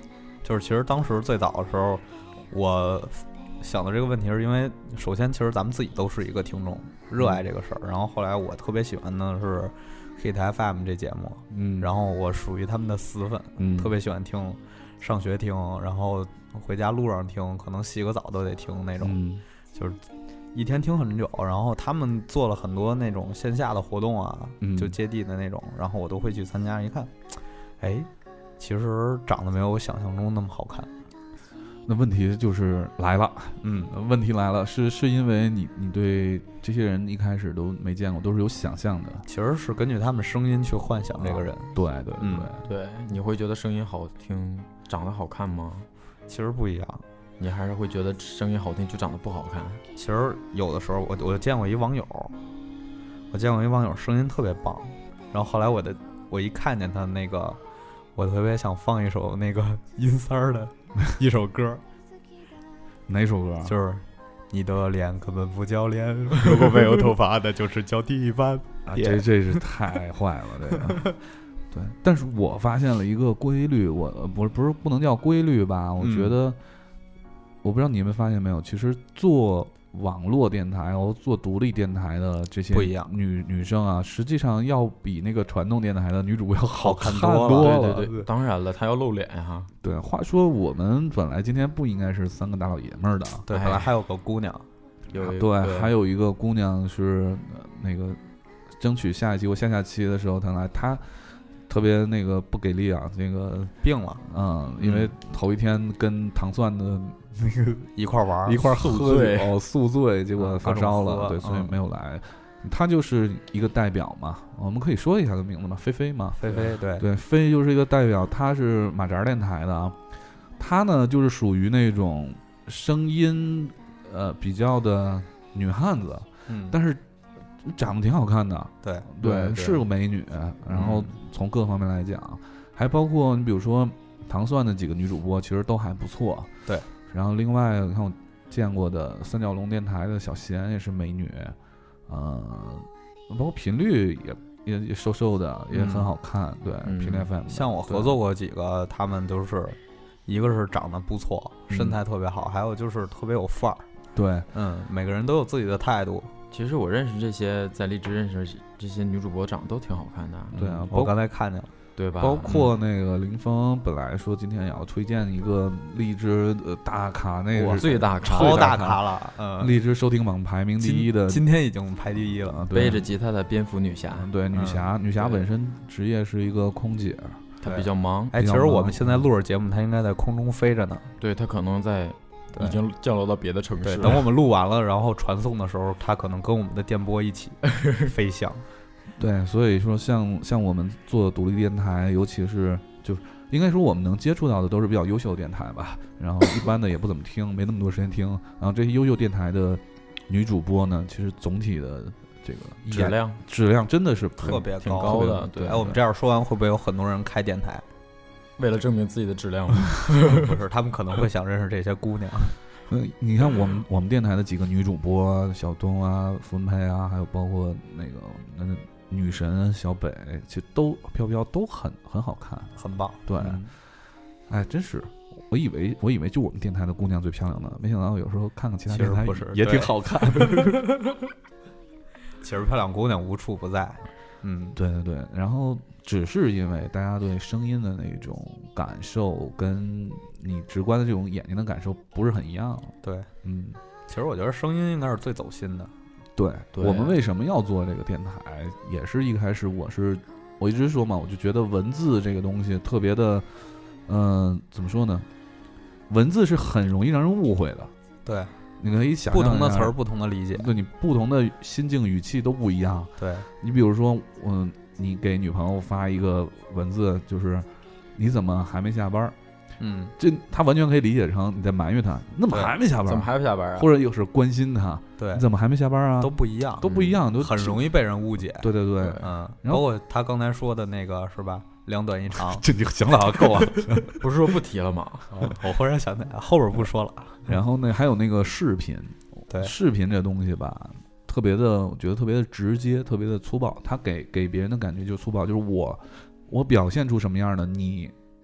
就是其实当时最早的时候，我想的这个问题是因为，首先其实咱们自己都是一个听众，热爱这个事儿。然后后来我特别喜欢的是 Hit F M 这节目， 嗯， 然后我属于他们的死粉， 嗯， 特别喜欢听，上学听，然后回家路上听，可能洗个澡都得听那种， 嗯， 就是一天听很久。然后他们做了很多那种线下的活动啊， 嗯就接地的那种，然后我都会去参加。一看，哎，其实长得没有我想象中那么好看。 那问题就是来了， 嗯， 问题来了，是是因为你你对这些人一开始都没见过，都是有想象的， 其实是根据他们声音去幻想这个人。 对对嗯对， 对，你会觉得声音好听，长得好看吗？ 其实不一样， 你还是会觉得声音好听就长得不好看？ 其实有的时候我我见过一网友，我见过一网友声音特别棒，然后后来我的我一看见他那个，我特别想放一首那个阴三儿的一首歌， 哪首歌？ 就是你的脸根本不叫脸，如果没有头发那就是叫地板。 啊，这这是太坏了，这个。对，但是我发现了一个规律，我不是不是不能叫规律吧？我觉得，嗯、我不知道你们发现没有，其实做网络电台和做独立电台的这些不一样女女生啊，实际上要比那个传统电台的女主播要好看多了。 多了对对对，当然了，她要露脸哈。 对，话说我们本来今天不应该是三个大老爷们儿的， 对，本来还有个姑娘， 有对, 对，还有一个姑娘是、呃、那个争取下一期或下下期的时候她来，她特别那个不给力啊，那个病了， 嗯，因为头一天跟糖蒜的那个一块玩一块宿醉哦宿醉，结果发烧了， 嗯、 对，所以没有来。嗯、他就是一个代表嘛，我们可以说一下他的名字嘛，菲菲嘛， 菲菲，对对，菲就是一个代表，他是马扎电台的啊，他呢就是属于那种声音呃比较的女汉子， 嗯， 但是长得挺好看的， 对对，是个美女，然后从各方面来讲，嗯、还包括你比如说糖蒜的几个女主播，其实都还不错， 对。 然后另外你看我见过的三角龙电台的小贤也是美女，呃，包括频率也也也瘦瘦的，也很好看，嗯、对， 嗯、 频率 F M。 像我合作过几个，他们都是一个是长得不错，身材特别好，嗯、还有就是特别有范儿。 对， 嗯，每个人都有自己的态度。 其实我认识这些在荔枝认识这些女主播，长得都挺好看的。 对啊， 我刚才看见了。 对吧？ 包括那个林峰本来说今天也要推荐一个荔枝呃大咖，那个最大咖、 超大咖了，嗯， 荔枝收听榜排名第一的， 今天已经排第一了。 背着吉他的蝙蝠女侠， 对，女侠，女侠本身职业是一个空姐， 她比较忙。 哎，其实我们现在录着节目，她应该在空中飞着呢。 对，她可能在已经降落到别的城市。 等我们录完了，然后传送的时候，她可能跟我们的电波一起飞翔。 对，所以说像像我们做独立电台，尤其是就应该说我们能接触到的都是比较优秀的电台吧，然后一般的也不怎么听，没那么多时间听。然后这些优秀电台的女主播呢，其实总体的这个质量质量真的是特别挺高的。对， 哎，我们这样说完，会不会有很多人开电台？ 为了证明自己的质量？ 不是，他们可能会想认识这些姑娘。 嗯，你看我们我们电台的几个女主播，小东啊、傅文佩啊，还有包括那个那个。女神小北其实都飘飘都很很好看， 很棒。 对，嗯、哎，真是，我以为我以为就我们电台的姑娘最漂亮的，没想到有时候看看其他电台不是也挺好看的。 其实漂亮姑娘无处不在。嗯， 对对对。然后只是因为大家对声音的那种感受，跟你直观的这种眼睛的感受不是很一样。 对， 嗯， 其实我觉得声音应该是最走心的。 对， 对我们为什么要做这个电台，也是一开始我是我一直说嘛，我就觉得文字这个东西特别的，嗯、呃，怎么说呢？文字是很容易让人误会的。 对， 你可以想象不同的词儿，不同的理解， 对你不同的心境语气都不一样。 对， 你比如说，嗯，你给女朋友发一个文字，就是你怎么还没下班？ 嗯， 这他完全可以理解成你在埋怨他，那么还没下班？ 怎么还不下班啊？ 或者又是关心他， 对， 你怎么还没下班啊？ 都不一样， 都不一样，都很容易被人误解。 对对对， 嗯，包括他刚才说的那个是吧？两短一长， 这就行了啊，够了。 不是说不提了吗？ 我忽然想起来，后边不说了。 然后呢，还有那个视频， 对， 视频这东西吧，特别的，我觉得特别的直接，特别的粗暴。他给给别人的感觉就是粗暴，就是我我表现出什么样的，你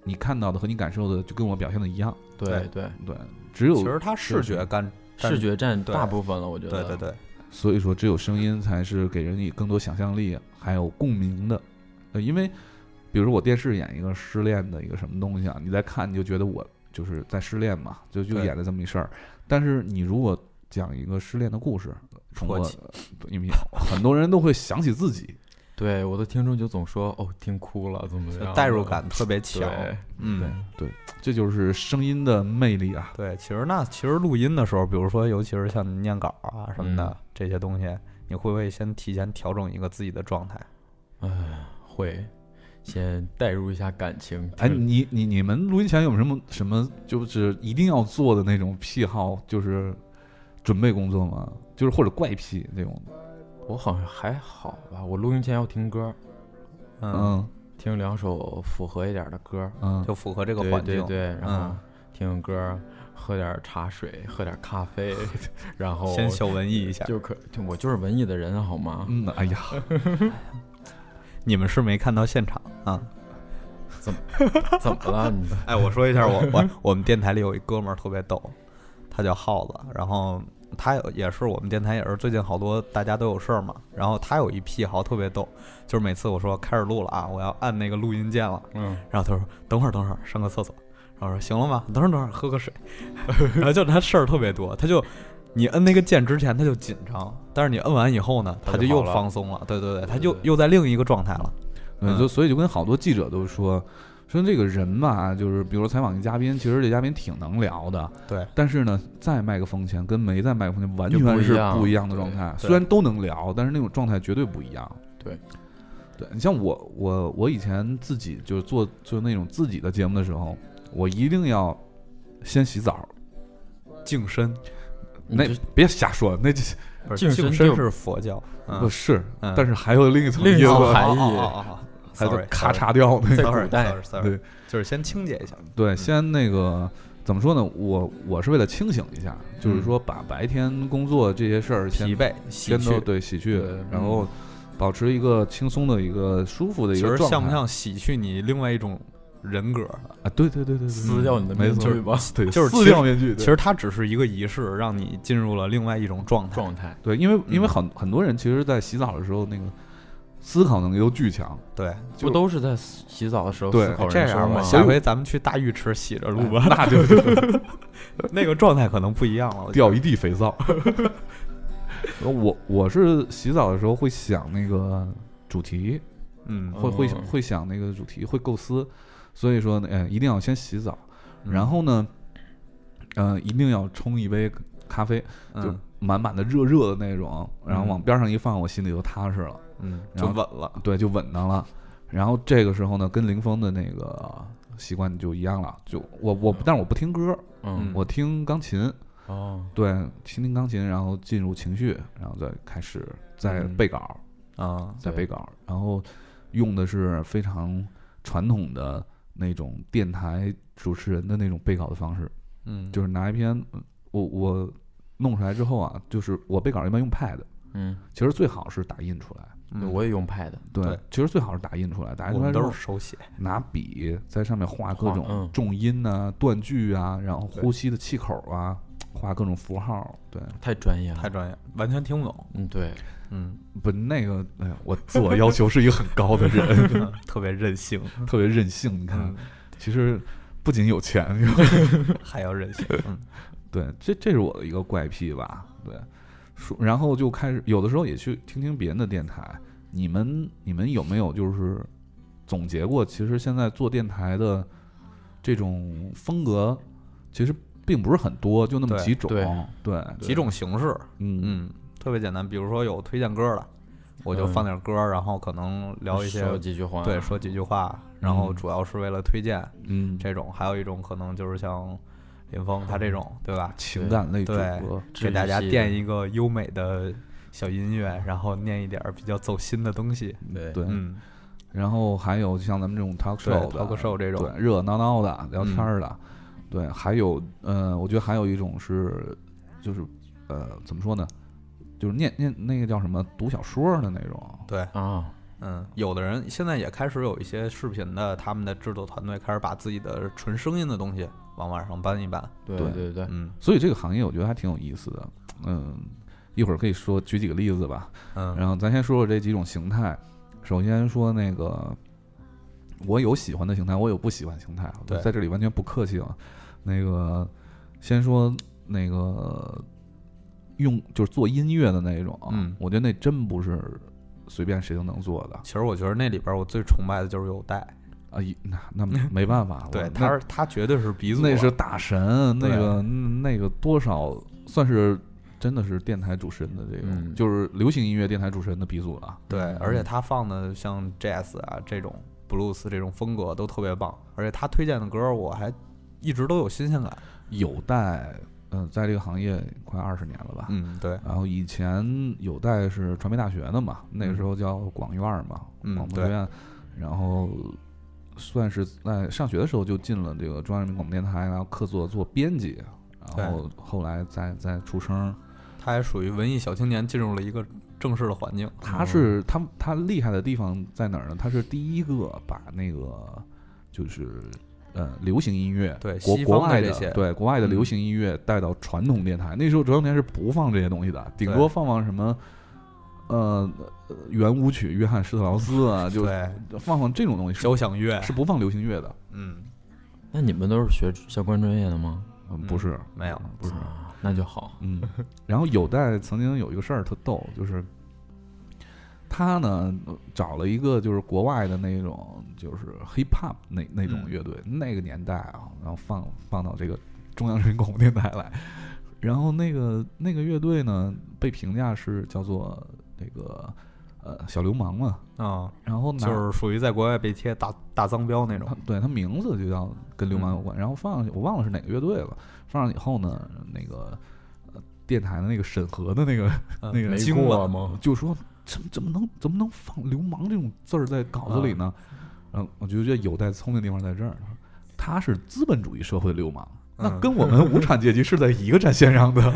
你看到的和你感受的就跟我表现的一样。 对对对，只有其实它视觉干视觉占对大部分了，我觉得。 对对对， 所以说只有声音才是给人以更多想象力还有共鸣的。呃，因为比如说我电视演一个失恋的一个什么东西啊，你在看你就觉得我就是在失恋嘛，就就演的这么一事儿。但是你如果讲一个失恋的故事，通过因为很多人都会想起自己。 对，我的听众就总说哦，听哭了，怎么怎么样， 代入感特别强。嗯， 对对，这就是声音的魅力啊。 对，其实那其实录音的时候，比如说尤其是像念稿啊什么的、嗯、这些东西，你会不会先提前调整一个自己的状态？ 哎，会。先带入一下感情。 哎，你你你们录音前有什么什么就是一定要做的那种癖好，就是准备工作吗？就是或者怪癖那种？ 我好像还好吧。我录音前要听歌， 嗯，嗯听两首符合一点的歌， 嗯，就符合这个环境， 对对对，然后听歌，喝点茶水，喝点咖啡，然后先小文艺一下， 就可我就是文艺的人好吗？ 嗯，哎呀。 你们是没看到现场啊？ 怎么怎么了你？ 哎，我说一下，我我我们电台里有一哥们儿特别逗，他叫耗子，然后他也是我们电台也是最近好多大家都有事儿嘛，然后他有一癖好特别逗，就是每次我说开始录了啊，我要按那个录音键了， 嗯， 然后他说等会儿等会儿上个厕所，然后说行了吗？等会儿等会儿喝个水，然后就他事儿特别多，他就。你摁那个键之前他就紧张，但是你摁完以后呢，他就又放松了。对对对，他就又在另一个状态了。 嗯，就所以就跟好多记者都说，说这个人吧，就是比如说采访一嘉宾，其实这嘉宾挺能聊的， 对。 但是呢，在麦克风前跟没在麦克风前完全是不一样的状态。虽然都能聊，但是那种状态绝对不一样。 对， 对你像我，我我以前自己就是做做那种自己的节目的时候，我一定要先洗澡， 净身。 那别瞎说，那净身是佛教， 不是，但是还有另一层意思含义， 还有咔嚓掉那在古代， 对， 就是先清洁一下， 对，先那个怎么说呢？我我是为了清醒一下，就是说把白天工作这些事儿疲惫先都对洗去，然后保持一个轻松的一个舒服的一个状态。 其实像不像洗去你另外一种？人格啊，对对对对， 撕掉你的面具吧， 对， 就是撕掉面具。 其实它只是一个仪式，让你进入了另外一种状态。 状态， 对，因为因为很很多人其实，在洗澡的时候，那个思考能力都巨强。 对， 不都是在洗澡的时候思考人生吗？ 下回咱们去大浴池洗着录吧， 那就那个状态可能不一样了， 掉一地肥皂。我我是洗澡的时候会想那个主题， 嗯， 会会会想那个主题，会构思。所以说，哎，一定要先洗澡，然后呢，呃，一定要冲一杯咖啡，就满满的热热的那种，然后往边上一放，我心里就踏实了， 嗯，就稳了， 对，就稳当了。然后这个时候呢，跟林峰的那个习惯就一样了，就我我，但是我不听歌， 嗯， 我听钢琴， 哦， 对，听听钢琴，然后进入情绪，然后再开始再背稿啊， 再背稿，然后用的是非常传统的。那种电台主持人的那种背稿的方式， 嗯， 就是拿一篇我我弄出来之后啊，就是我背稿一般用 pad， 嗯， 其实最好是打印出来， 嗯，我也用 pad， 对，对其实最好是打印出来，打印出来都是手写， 拿笔在上面画各种重音啊、嗯、断句啊，然后呼吸的气口啊，画各种符号，对， 太专业了， 太专业，完全听不懂， 嗯，对。 嗯， 不，那个，哎呀，我自我要求是一个很高的人， 特别任性， 特别任性。你看， 嗯、 其实不仅有钱， 还要任性。嗯， 对，这这是我的一个怪癖吧。对，说，然后就开始有的时候也去听听别人的电台。你们你们有没有就是总结过？其实现在做电台的这种风格，其实并不是很多，就那么几种， 对， 对对几种形式。 嗯嗯。特别简单，比如说有推荐歌的，我就放点歌，嗯、然后可能聊一些说几句话， 对，说几句话，然后主要是为了推荐， 嗯， 这种还有一种可能就是像林峰他这种，对吧？ 情感类主播，给大家垫一个优美的小音乐，然后念一点比较走心的东西， 对对， 嗯。 然后还有像咱们这种 talk show 的 talk show 这种， 对，热闹闹的聊天的，嗯、对，还有，呃，我觉得还有一种是，就是呃，怎么说呢？就是念念那个叫什么读小说的那种， 对啊， 嗯，有的人现在也开始有一些视频的，他们的制作团队开始把自己的纯声音的东西往网上搬一搬。 对对对对， 嗯所以这个行业我觉得还挺有意思的。嗯，一会儿可以说举几个例子吧。 嗯， 然后咱先说说这几种形态。首先说那个，我有喜欢的形态，我有不喜欢形态， 对， 在这里完全不客气了。那个，先说那个用就是做音乐的那种， 嗯， 我觉得那真不是随便谁都能做的。 其实我觉得那里边我最崇拜的就是有代啊，那那没办法， 对，他是他绝对是鼻祖， 那是大神，那个那个多少算是真的是电台主持人的这个， 嗯、 就是流行音乐电台主持人的鼻祖了。 对，而且他放的像 jazz 啊这种 blues 这种风格都特别棒，而且他推荐的歌我还一直都有新鲜感。 有代，嗯、呃，在这个行业快二十年了吧？ 嗯，对。 然后以前有代是传媒大学的嘛，那个时候叫广院嘛， 嗯、 广播学院，然后算是在上学的时候就进了这个中央人民广播电台，然后客座做编辑，然后后来再再出声。 他还属于文艺小青年，进入了一个正式的环境。 他是他他厉害的地方在哪儿呢？他是第一个把那个就是呃流行音乐对国国外的这些对国外的流行音乐带到传统电台。嗯、那时候传统电台是不放这些东西的，顶多放放什么呃圆舞曲、约翰施特劳斯啊，就放放这种东西， 交响乐是不放流行乐的。 嗯， 那你们都是学相关专业的吗？ 嗯，不是， 没有， 不是。 啊那就好， 嗯，然后有代曾经有一个事儿特逗，就是他呢找了一个就是国外的那种就是 hip hop 那那种乐队，嗯、那个年代啊，然后放放到这个中央人民广播电台来，然后那个那个乐队呢被评价是叫做那个呃小流氓嘛， 啊、哦， 然后就是属于在国外被贴大大脏标那种， 对，他名字就叫跟流氓有关，嗯、然后放上去我忘了是哪个乐队了。放上以后呢，那个、呃、电台的那个审核的那个、 嗯、 那个经过吗？ 就说怎么怎么能怎么能放流氓这种字儿在稿子里呢？然后我就觉得有待聪明的地方在这儿，他是资本主义社会流氓， 嗯、 那跟我们无产阶级是在一个战线上的。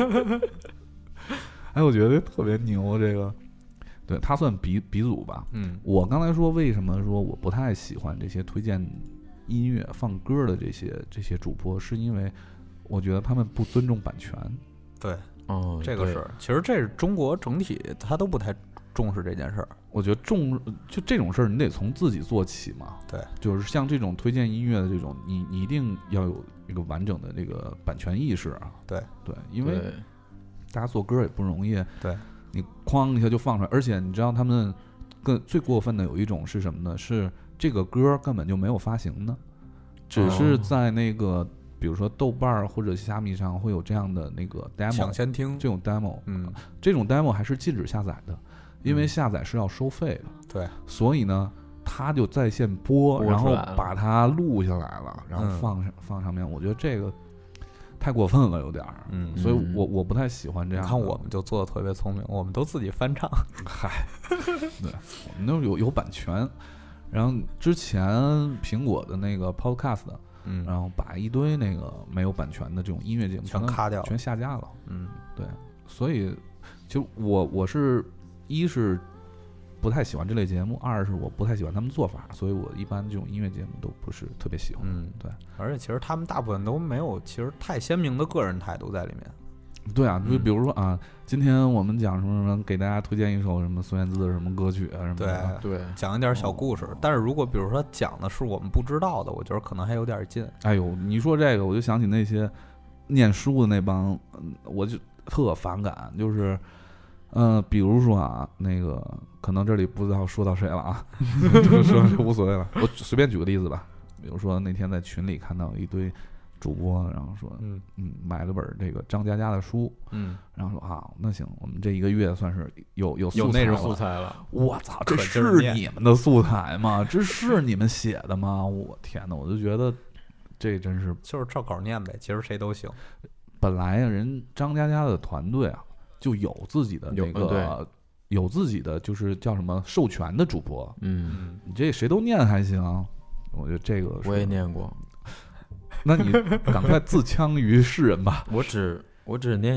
哎，我觉得特别牛，这个对他算鼻鼻祖吧。 嗯， 我刚才说为什么说我不太喜欢这些推荐音乐放歌的这些这些主播，是因为我觉得他们不尊重版权。 对， 哦， 这个是，其实这是中国整体他都不太重视这件事儿。 我觉得重就这种事儿，你得从自己做起嘛。 对， 就是像这种推荐音乐的这种，你你一定要有一个完整的这个版权意识啊。 对对，因为大家做歌也不容易。 对， 你哐一下就放出来，而且你知道他们更最过分的有一种是什么呢？是这个歌根本就没有发行的，只是在那个。哦，比如说豆瓣或者虾米上会有这样的那个 demo， 抢先听这种 demo， 嗯， 这种 demo 还是禁止下载的，因为下载是要收费的。 对， 所以呢，他就在线播，然后把它录下来了，然后放上、嗯、放上面。我觉得这个太过分了，有点儿。 嗯， 所以我我不太喜欢这样。 你看我们就做的特别聪明，我们都自己翻唱。 嗨，对，我们都有有版权。然后之前苹果的那个 podcast。 嗯， 然后把一堆那个没有版权的这种音乐节目全卡掉， 全下架了。 嗯， 对，所以就我我是一是不太喜欢这类节目，二是我不太喜欢他们做法，所以我一般这种音乐节目都不是特别喜欢。 嗯， 对， 而且其实他们大部分都没有其实太鲜明的个人态度在里面。 对啊，就比如说啊，今天我们讲什么什么，给大家推荐一首什么孙燕姿的什么歌曲啊什么的， 对对，讲一点小故事。但是如果比如说讲的是我们不知道的，我觉得可能还有点劲。 哎呦，你说这个，我就想起那些念书的那帮，我就特反感，就是，呃，比如说啊，那个可能这里不知道说到谁了啊，就说就无所谓了。我随便举个例子吧，比如说那天在群里看到一堆。主播然后说嗯嗯买了本这个张嘉佳的书， 嗯， 然后说啊那行我们这一个月算是有有有内容素材了。 我操，这是你们的素材吗？这是你们写的吗？我天哪，我就觉得这真是就是照稿念呗，其实谁都行。 本来啊人张嘉佳的团队啊就有自己的那个 有, 有自己的就是叫什么授权的主播， 嗯， 你这谁都念还行，我觉得这个我也念过。 那你赶快自戕于世人吧。 我只我只念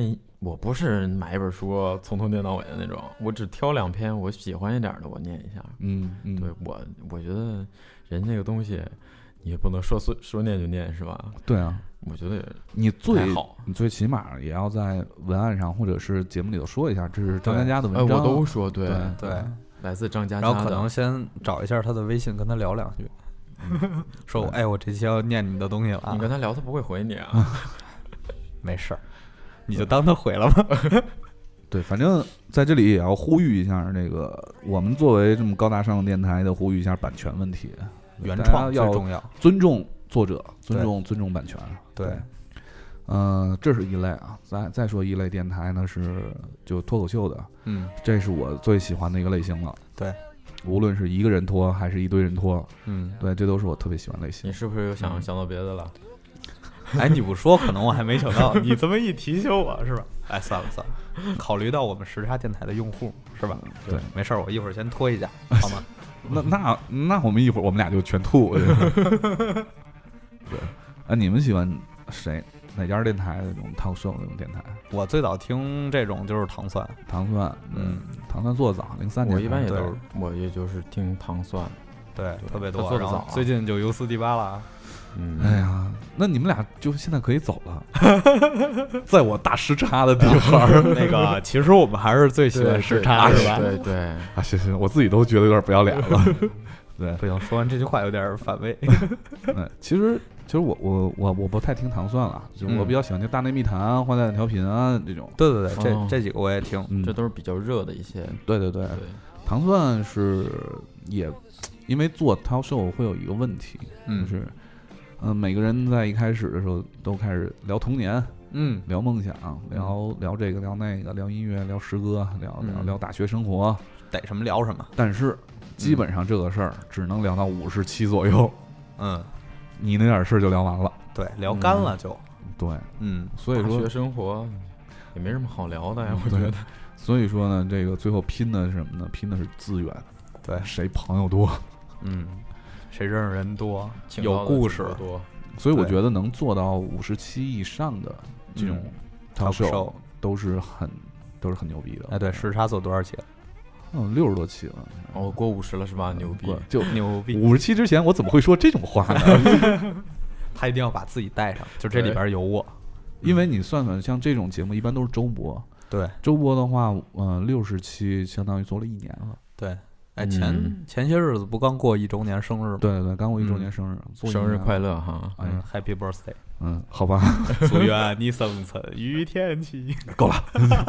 我不是买一本书从头念到尾的那种，我只挑两篇我喜欢一点的，我念一下。 嗯嗯， 对我，我觉得人这个东西，你也不能说说念就念，是吧？ 对啊， 我觉得你最好， 你最起码也要在文案上或者是节目里头说一下，这是张嘉佳的文章。 哎，我都说对对， 对来自张嘉佳的。 然后可能先找一下他的微信，跟他聊两句，说哎，我这期要念你的东西了啊。 你跟他聊，他不会回你啊。 没事儿，你就当他回了吧。 对，反正在这里也要呼吁一下，那个我们作为这么高大上的电台的，呼吁一下版权问题， 原创最重要要， 尊重作者，尊重尊重版权。 对， 嗯、呃，这是一类啊。再再说一类电台呢，是就脱口秀的， 嗯， 这是我最喜欢的一个类型了。 对， 无论是一个人脱还是一堆人脱， 嗯， 对，这都是我特别喜欢类型。 你是不是又想、嗯、想到别的了？ 哎，你不说，可能我还没想到。你这么一提醒我，是吧？哎，算了算了，考虑到我们时差电台的用户，是吧？ 对， 没事儿，我一会儿先拖一下，好吗？ 那那那我们一会儿我们俩就全吐。对，哎，你们喜欢谁？哪家电台的那种talk show那种电台？ 我最早听这种就是糖蒜， 糖蒜，嗯，糖蒜做的早，零三年。 我一般也都是，我也就是听糖蒜， 对，特别多。 做的早， 最近就尤斯迪巴了。 嗯， 哎呀，那你们俩就现在可以走了，在我大时差的地方。 那个，其实我们还是最喜欢时差，是吧？ 对对啊，行行，我自己都觉得有点不要脸了。对， 不行，说完这句话有点反胃。 嗯，其实其实我我我我不太听糖蒜了，就我比较喜欢听大内密谈啊、坏蛋调频啊这种。 对对对，这、哦、这几个我也听、 嗯， 这都是比较热的一些。 对对对，对糖蒜是也因为做talk show会有一个问题， 嗯、 就是。嗯，每个人在一开始的时候都开始聊童年， 嗯， 聊梦想，聊聊这个聊那个，聊音乐，聊诗歌，聊聊、 嗯、 聊大学生活， 逮什么聊什么。 但是基本上这个事儿只能聊到五十期左右， 嗯， 你那点事儿就聊完了， 对，聊干了就， 嗯、对， 嗯， 所以说大学生活也没什么好聊的呀，我觉得。 所以说呢，这个最后拼的是什么呢？拼的是资源， 对， 谁朋友多， 嗯。谁认识人多，有故事多， 所以我觉得能做到五十期以上的这种talk show都是很都是很牛逼的。 哎，对，时差做多少期了？ 嗯，六十多期了。 哦，过五十了是吧？牛逼， 就牛逼！ 五十期之前我怎么会说这种话呢？ 他一定要把自己带上，就这里边有我。 因为你算算，像这种节目一般都是周播， 对， 周播的话，嗯、呃，六十期相当于做了一年了。 对。哎，前、嗯、前些日子不刚过一周年生日吗？ 对对对，刚过一周年生日， 嗯、生日快乐哈！ 哎、嗯、，Happy Birthday！ 嗯，好吧， 祝愿你生辰与天齐。 够了。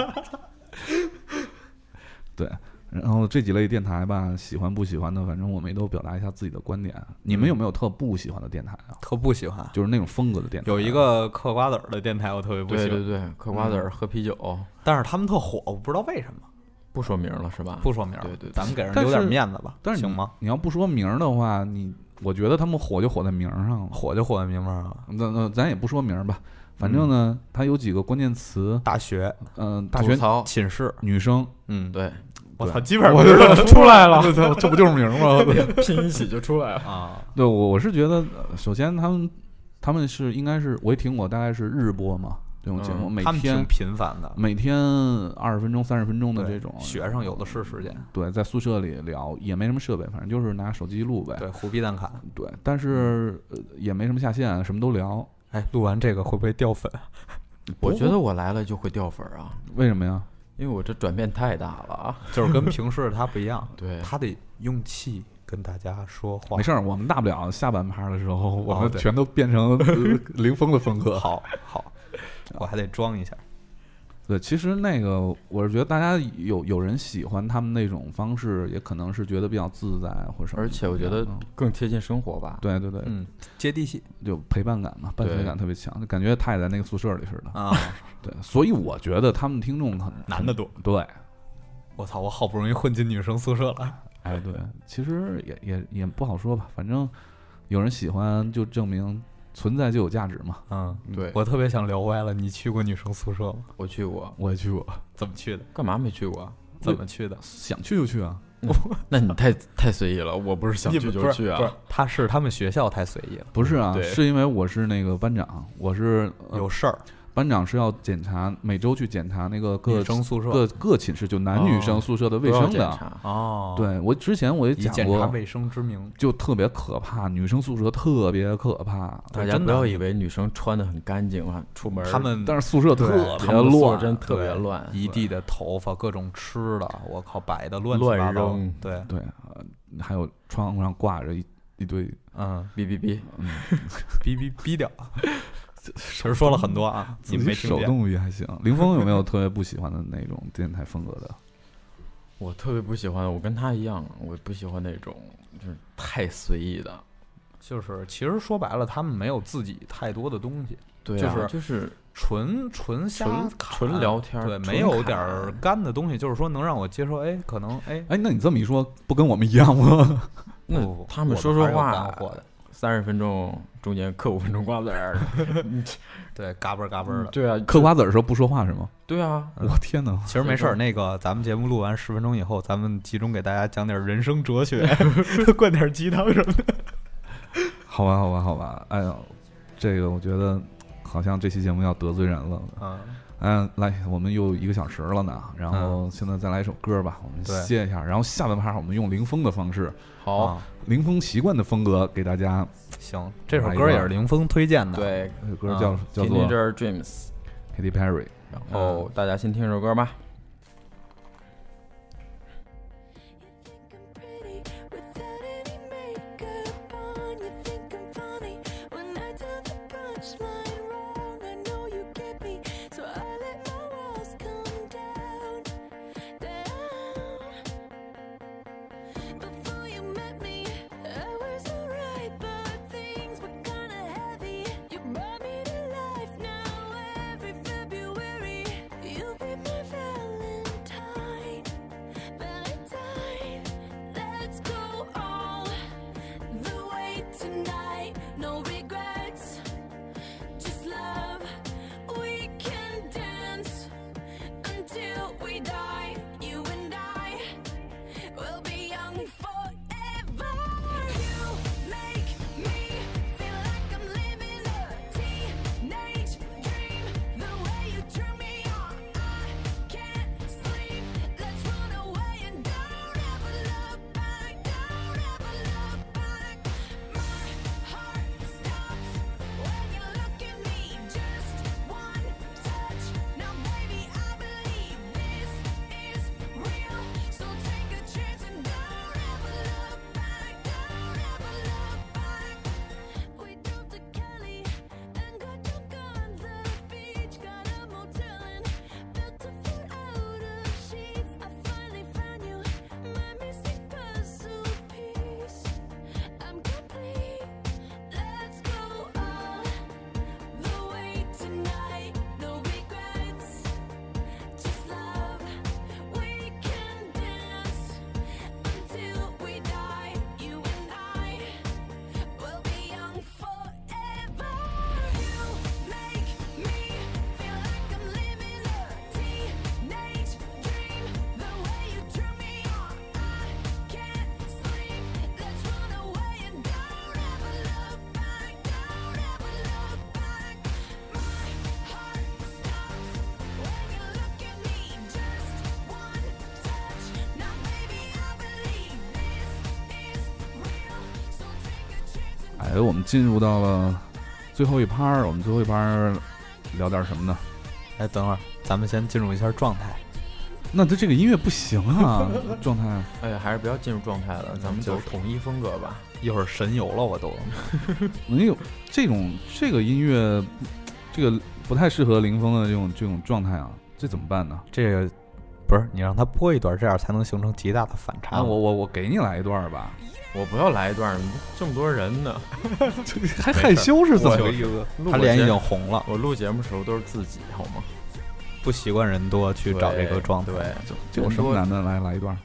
对，然后这几类电台吧，喜欢不喜欢的，反正我们也都表达一下自己的观点。你们有没有特不喜欢的电台啊？ 特不喜欢， 就是那种风格的电台。 有一个嗑瓜子儿的电台，我特别不喜欢。 对对对，嗑瓜子儿、喝啤酒、 嗯，但是他们特火，我不知道为什么。 不说名了是吧？ 不说名， 对 对, 对， 咱们给人留点面子吧， 但是行吗？ 你要不说名的话，你我觉得他们火就火在名上， 火就火在名上了。 那那咱也不说名吧，反正呢，它、嗯、有几个关键词： 大学， 嗯、呃，大学、 寝室、 女生， 嗯， 对。 我操，基本上我就出来了，这不就是名吗？ 拼一起就出来了啊！ 对，我我是觉得，首先他们他们是应该是我一听过，大概是日播嘛。这种节目、嗯、每天他们挺频繁的， 每天二十分钟、三十分钟的这种， 学生有的是时间。 对，在宿舍里聊，也没什么设备，反正就是拿手机录呗。 对，虎皮蛋卡。 对，但是、呃、也没什么下线，什么都聊。 哎，录完这个会不会掉粉？ 我觉得我来了就会掉粉啊。 为什么呀？ 因为我这转变太大了啊， 就是跟平时他不一样。 对， 他得用气跟大家说话。 没事儿，我们大不了下半趴的时候，我们全都变成林峰的风格。 好好。我还得装一下。 对，其实那个我是觉得大家有有人喜欢他们那种方式，也可能是觉得比较自在或者什么， 而且我觉得更贴近生活吧。 对对对， 嗯，接地气， 就陪伴感嘛，伴随感特别强，就感觉他也在那个宿舍里似的啊。 对，所以我觉得他们听众很男的多。 对， 我操，我好不容易混进女生宿舍了。 哎，对，其实也也也不好说吧，反正有人喜欢就证明。存在就有价值嘛， 嗯， 对， 我特别想聊歪了。你去过女生宿舍吗？ 我去过， 我也去过。 怎么去的？ 干嘛没去过？ 怎么去的？ 想去就去啊。 嗯、那你太太随意了，我不是想去就去啊。 不是，他是他们学校太随意了。 不是啊，是因为我是那个班长，我是、 呃、有事儿。 班长是要检查每周去检查那个各女生宿舍各各寝室就男女生宿舍的卫生的。 哦， 对我之前我也讲过， 以检查卫生之名， 就特别可怕，女生宿舍特别可怕。 大家不要以为女生穿的很干净啊，出门他们但是宿舍特别乱， 真特别乱， 一地的头发，各种吃的，我靠，摆的乱七八糟。对对，呃，还有窗户上挂着一一堆， 嗯， 哔哔哔， 嗯， 哔哔哔掉。其实说了很多啊，你没听见。 手动语还行。林峰有没有特别不喜欢的那种电台风格的？ 我特别不喜欢，我跟他一样，我不喜欢那种就是太随意的。 就是其实说白了，他们没有自己太多的东西， 对、啊， 就是就是纯纯瞎纯聊天， 对，没有点干的东西，就是说能让我接受。哎，可能哎哎，那你这么一说，不跟我们一样吗？ 那他们说说话，三十分钟中间嗑五分钟瓜子儿， 对，嘎嘣嘎嘣的。 对啊， 嗑瓜子儿的时候不说话是吗？ 对啊， 我天哪！ 其实没事儿，那个咱们节目录完十分钟以后，咱们集中给大家讲点人生哲学，灌点鸡汤什么的。 好吧，好吧，好吧。哎呀，这个我觉得好像这期节目要得罪人了。 嗯。 嗯，来，我们又一个小时了呢，然后现在再来一首歌吧，我们歇一下，然后下半趴我们用林峰的方式， 好， 啊、林峰习惯的风格给大家。 行，这首歌也是林峰推荐的， 对， 这首歌叫、嗯、叫做 Teenage Dreams，Katy Perry， 然后大家先听这首歌吧。 哎，我们进入到了最后一趴，我们最后一趴聊点什么呢？ 哎，等会儿，咱们先进入一下状态。 那这这个音乐不行啊，状态。 哎呀，还是不要进入状态了，咱们走统一风格吧。 一会儿神游了，我都。 没有这种这个音乐，这个不太适合林峰的这种这种状态啊，这怎么办呢？ 这个不是你让他播一段，这样才能形成极大的反差。 啊、我我我给你来一段吧。 我不要来一段，这么多人呢， 还害羞是怎么个意思？ 他脸已经红了。 我录节目的时候都是自己，好吗？ 不习惯人多去找这个状态。 对， 这有什么难的？来来一段。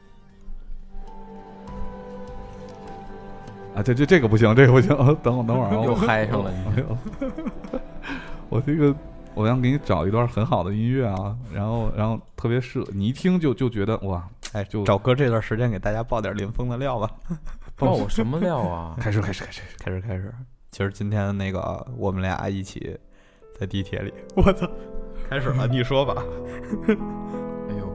啊，这这这个不行，这个不行。等我等会儿啊， 又嗨上了你。 我这个我想给你找一段很好的音乐啊，然后然后特别适合你一听就就觉得哇。 哎，就找哥这段时间给大家爆点林峰的料吧。 爆我什么料啊？ 开始开始开始开始开始。其实今天那个我们俩一起在地铁里，我操，开始了，你说吧。 哎呦，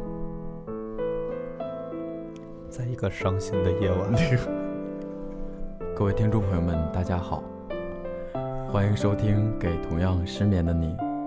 在一个伤心的夜晚， 各位听众朋友们，大家好，欢迎收听《给同样失眠的你》。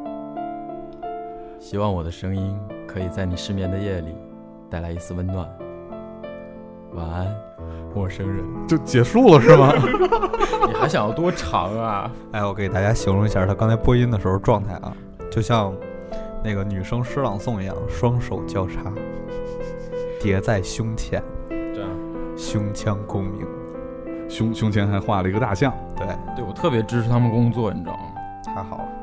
希望我的声音可以在你失眠的夜里带来一丝温暖。晚安，陌生人。 就结束了是吗？ 你还想要多长啊？ 哎，我给大家形容一下他刚才播音的时候状态啊，就像那个女生诗朗诵一样，双手交叉，叠在胸前， 这样， 胸腔共鸣。 胸胸前还画了一个大象。 对， 对我特别支持他们工作，你知道吗？ 太好了。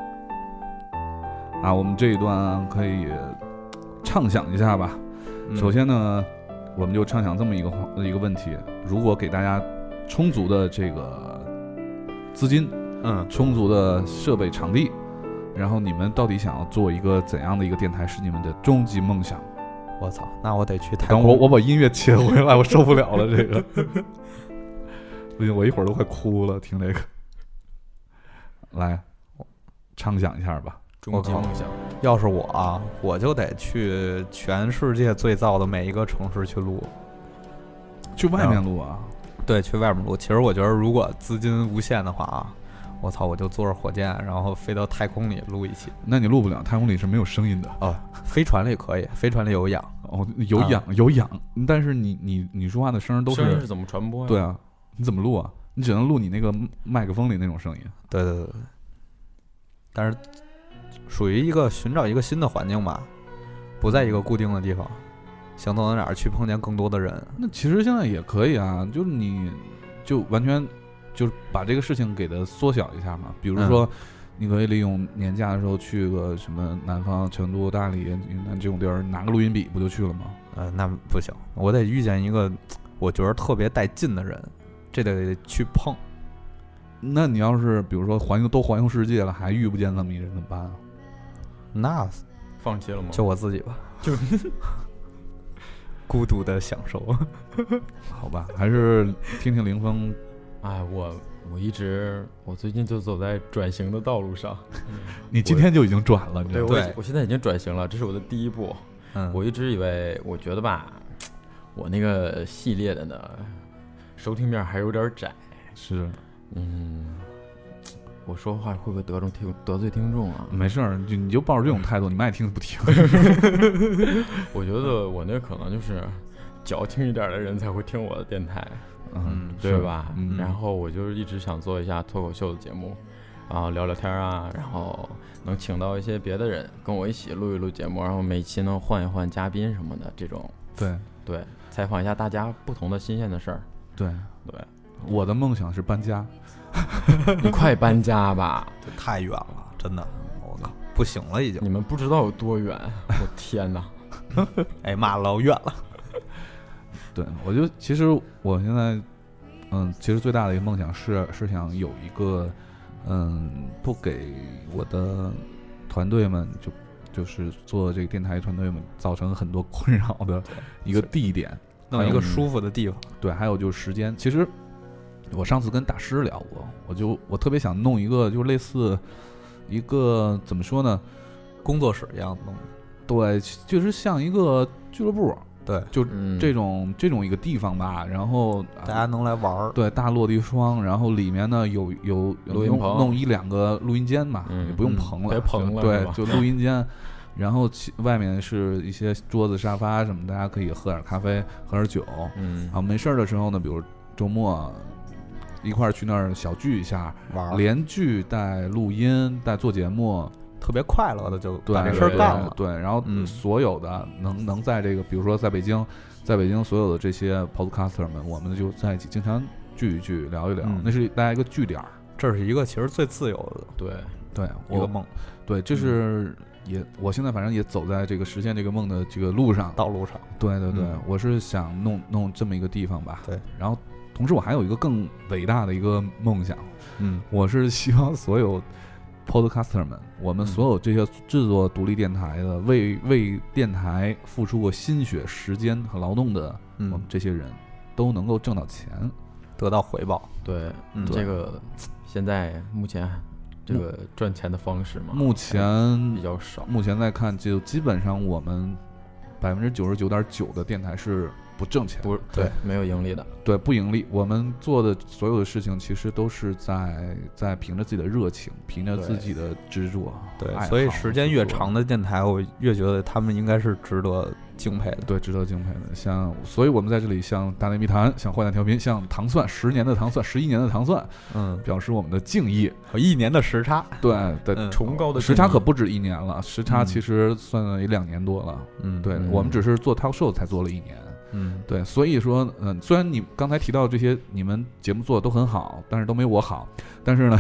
啊，我们这一段可以畅想一下吧。 嗯、 首先呢，我们就畅想这么一个一个问题：如果给大家充足的这个资金， 嗯， 充足的设备场地，然后你们到底想要做一个怎样的一个电台是你们的终极梦想？ 我操，那我得去太空。 等我我把音乐切回来，我受不了了这个。不行，我一会儿都快哭了，听这个。来，畅想一下吧。 终极梦想。 要是我啊，我就得去全世界最燥的每一个城市去录， 去外面录啊？ 对，去外面录。其实我觉得，如果资金无限的话啊，我操，我就坐着火箭，然后飞到太空里录一期。 那你录不了，太空里是没有声音的。 哦，飞船里可以，飞船里有氧。 哦，有氧、啊、有氧，但是你你你说话的声都是声音是怎么传播呀？ 对啊，你怎么录啊？你只能录你那个麦克风里那种声音。 对对对对。但是属于一个寻找一个新的环境吧，不在一个固定的地方，想走到哪儿去碰见更多的人。 那其实现在也可以啊，就是你就完全就是把这个事情给它缩小一下嘛。比如说，你可以利用年假的时候去个什么南方、成都、大理、云南这种地儿，拿个录音笔不就去了吗？ 呃，那不行，我得遇见一个我觉得特别带劲的人，这得去碰。 那你要是比如说环游都环游世界了，还遇不见那么一人怎么办啊？ 那放弃了吗？ 就我自己吧，就孤独的享受。 好吧，还是听听林峰。 哎，我我一直我最近就走在转型的道路上。 你今天就已经转了，你知道吗？ 对，我我现在已经转型了，这是我的第一步。 嗯， 我一直以为，我觉得吧，我那个系列的呢，收听面还有点窄。 是， 嗯。我说话会不会得罪听得罪听众啊？ 没事儿，就你就抱着这种态度，你们爱听不听。 我觉得我那可能就是矫情一点的人才会听我的电台， 嗯， 对吧？ 嗯， 然后我就一直想做一下脱口秀的节目，然后聊聊天啊，然后能请到一些别的人跟我一起录一录节目，然后每期能换一换嘉宾什么的，这种对对，采访一下大家不同的新鲜的事儿。 对对， 我的梦想是搬家。 你快搬家吧， 这太远了，真的，我靠，不行了已经。 你们不知道有多远，我天哪！ 哎妈，老远了。 对，我就其实我现在，嗯，其实最大的一个梦想是是想有一个，嗯，不给我的团队们就就是做这个电台团队们造成很多困扰的一个地点， 弄一个舒服的地方。 对，还有就是时间，其实。我上次跟大师聊过，我就我特别想弄一个，就类似一个怎么说呢， 工作室一样的东西。 对，就是像一个俱乐部， 对， 就这种、嗯、这种一个地方吧。然后大家能来玩儿， 对，大落地窗，然后里面呢有有录音棚， 弄一两个录音间嘛， 嗯、 也不用棚了， 别棚了， 对，就录音间。然后外面是一些桌子、沙发什么，大家可以喝点咖啡，喝点酒。 嗯， 然后没事的时候呢，比如周末。一块儿去那儿小聚一下， 玩连聚带录音带做节目， 特别快乐的就把这事儿干了。 对，然后所有的能、嗯、能在这个，比如说在北京，在北京所有的这些 podcaster 们，我们就在一起经常聚一聚，聊一聊， 嗯、 那是大家一个据点。 这是一个其实最自由的， 对对， 一个梦。 对，这是也、嗯，我现在反正也走在这个实现这个梦的这个路上， 道路上。 对对对， 嗯、 我是想弄弄这么一个地方吧。 对， 然后。同时，我还有一个更伟大的一个梦想， 嗯， 我是希望所有 podcaster 们，我们所有这些制作独立电台的、为为电台付出过心血、时间和劳动的，我们这些人都能够挣到钱， 得到回报。 对， 嗯， 这个现在目前这个赚钱的方式嘛， 目前比较少。 目前来看，就基本上我们百分之九十九点九的电台是不挣钱， 不对，没有盈利的， 对，不盈利。我们做的所有的事情，其实都是在在凭着自己的热情，凭着自己的执着， 对，所以时间越长的电台，我越觉得他们应该是值得敬佩的， 对，值得敬佩的。像，所以我们在这里向大内密谈、像坏蛋调频、像糖蒜十年的糖蒜、十一年的糖蒜， 嗯， 表示我们的敬意。 有一年的时差， 对对， 嗯、 崇高的时差可不止一年了，时差其实算也两年多了。 嗯， 对，嗯、我们只是做 talk show 才做了一年。 嗯， 对，所以说，嗯、呃，虽然你刚才提到这些，你们节目做的都很好，但是都没我好。但是呢，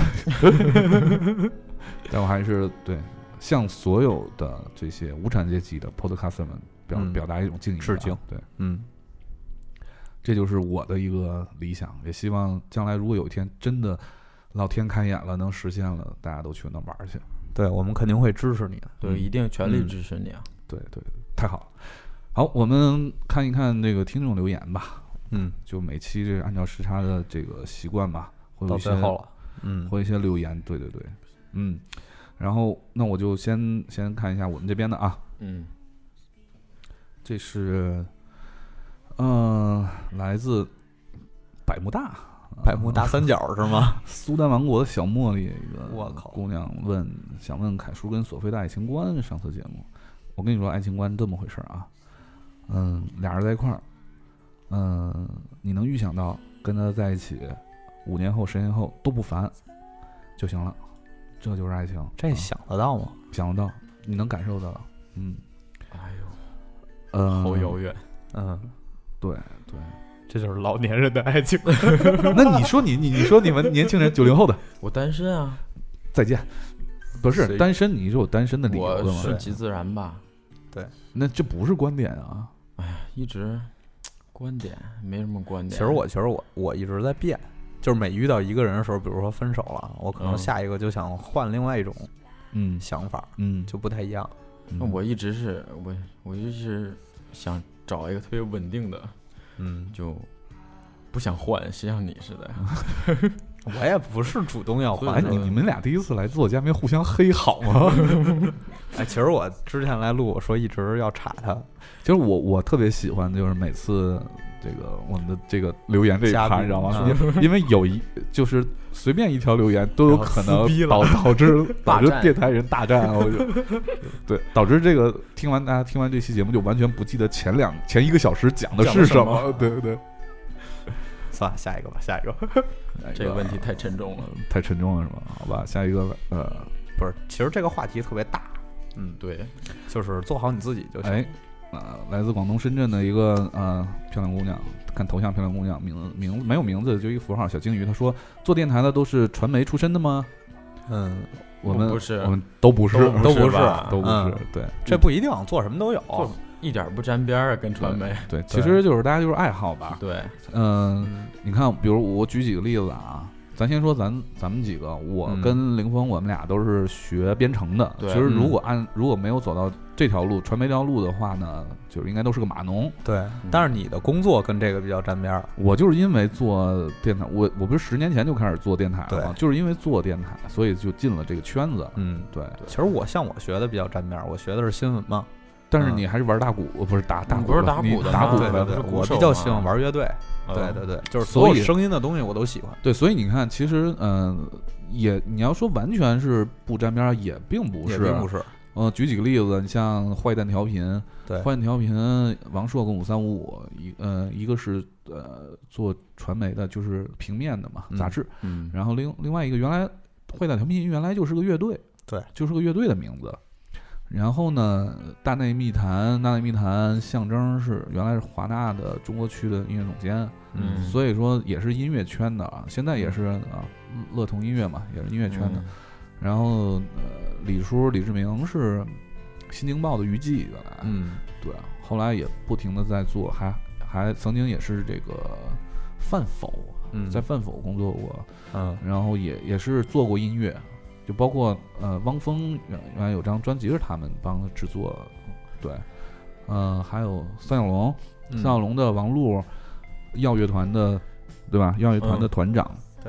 但我还是对向所有的这些无产阶级的 podcaster 们表、嗯、表达一种敬意， 致敬。 对， 嗯， 这就是我的一个理想，也希望将来如果有一天真的老天开眼了，能实现了，大家都去那玩去。 对，我们肯定会支持你的， 对，嗯、一定全力支持你啊！ 嗯、对对，太好了。好，我们看一看这个听众留言吧。 嗯， 就每期这个按照时差的这个习惯吧，会有一些到最后了，嗯， 会有一些留言，对对对，嗯，然后那我就先先看一下我们这边的啊， 嗯， 这是，嗯、呃，来自百慕大， 百慕大三角是吗？ 苏丹王国的小茉莉一个， 我靠， 姑娘问想问凯叔跟索菲的爱情观，上次节目，我跟你说爱情观这么回事啊。嗯，俩人在一块儿，嗯，你能预想到跟他在一起五年后、十年后都不烦就行了，这就是爱情。 这想得到吗？ 嗯、想得到，你能感受到。嗯， 哎呦， 嗯， 好遥远。 嗯， 对对， 这就是老年人的爱情。 那你说你你你说你们年轻人九零后的， 我单身啊， 再见。不是单身，你是有单身的理由的吗？ 我顺其自然吧。 对， 那这不是观点啊。 哎呀，一直观点没什么观点。 其实我其实我我一直在变，就是每遇到一个人的时候，比如说分手了，我可能下一个就想换另外一种嗯想法， 嗯， 就不太一样。 嗯、我一直是我我就是想找一个特别稳定的， 嗯， 就不想换，谁像你似的。 我也不是主动要换。 哎，你你们俩第一次来做嘉宾，互相黑好吗？ 哎，其实我之前来录，我说一直要插他。 其实我我特别喜欢，就是每次这个我们的这个留言这一趴，你知道吗？嗯、因为有一就是随便一条留言都有可能导导致导致电台人大战，我就对导致这个听完大家听完这期节目就完全不记得前两前一个小时讲的是什么，对对对。 算了，下一个吧，下一个。 这个问题太沉重了， 太沉重了是吧？好吧，下一个呃， 不是，其实这个话题特别大。 嗯，对， 就是做好你自己就行。 哎，呃，来自广东深圳的一个呃漂亮姑娘，看头像漂亮姑娘，名字名字没有名字，就一个符号小金鱼。她说做电台的都是传媒出身的吗？ 嗯， 我们不是， 我们都不是， 都不是， 都不是。 嗯、 对， 这不一定，做什么都有。 一点不沾边啊，跟传媒。 对，其实就是大家就是爱好吧。 对， 嗯、呃，你看，比如我举几个例子啊，咱先说咱咱们几个，我跟凌峰，我们俩都是学编程的。 对、 嗯，其实如果按如果没有走到这条路，传媒这条路的话呢，就是应该都是个码农。 对，但是你的工作跟这个比较沾边。 我就是因为做电台，我我不是十年前就开始做电台了吗？就是因为做电台，所以就进了这个圈子。 嗯， 对。 其实我像我学的比较沾边，我学的是新闻嘛。 但是你还是玩打鼓，嗯、不是打打鼓， 不是打鼓的， 打鼓的。 对对对，我比较喜欢玩乐队。 嗯、 对对对，就是所有声音的东西我都喜欢。 对，所以你看，其实嗯、呃，也你要说完全是不沾边，也并不是， 也并不是。 呃，举几个例子，你像坏蛋调频， 对， 坏蛋调频，王硕跟五三五五，一呃，一个是呃做传媒的，就是平面的嘛，杂志， 嗯， 然后另另外一个原来坏蛋调频原来就是个乐队， 对， 就是个乐队的名字。然后呢，大内密谈，大内密谈象征是原来是华纳的中国区的音乐总监， 嗯， 所以说也是音乐圈的啊，现在也是啊，乐童音乐嘛，也是音乐圈的。 嗯、 然后呃，李叔李志明是新京报的娱记原来， 嗯， 对，后来也不停的在做，还还曾经也是这个饭否， 嗯， 在饭否工作过， 嗯， 然后也也是做过音乐。就包括呃，汪峰原原来有张专辑是他们帮他制作，对，呃，还有三小龙， 嗯、 三小龙的王璐，耀乐团的，对吧？耀乐团的团长， 嗯、对，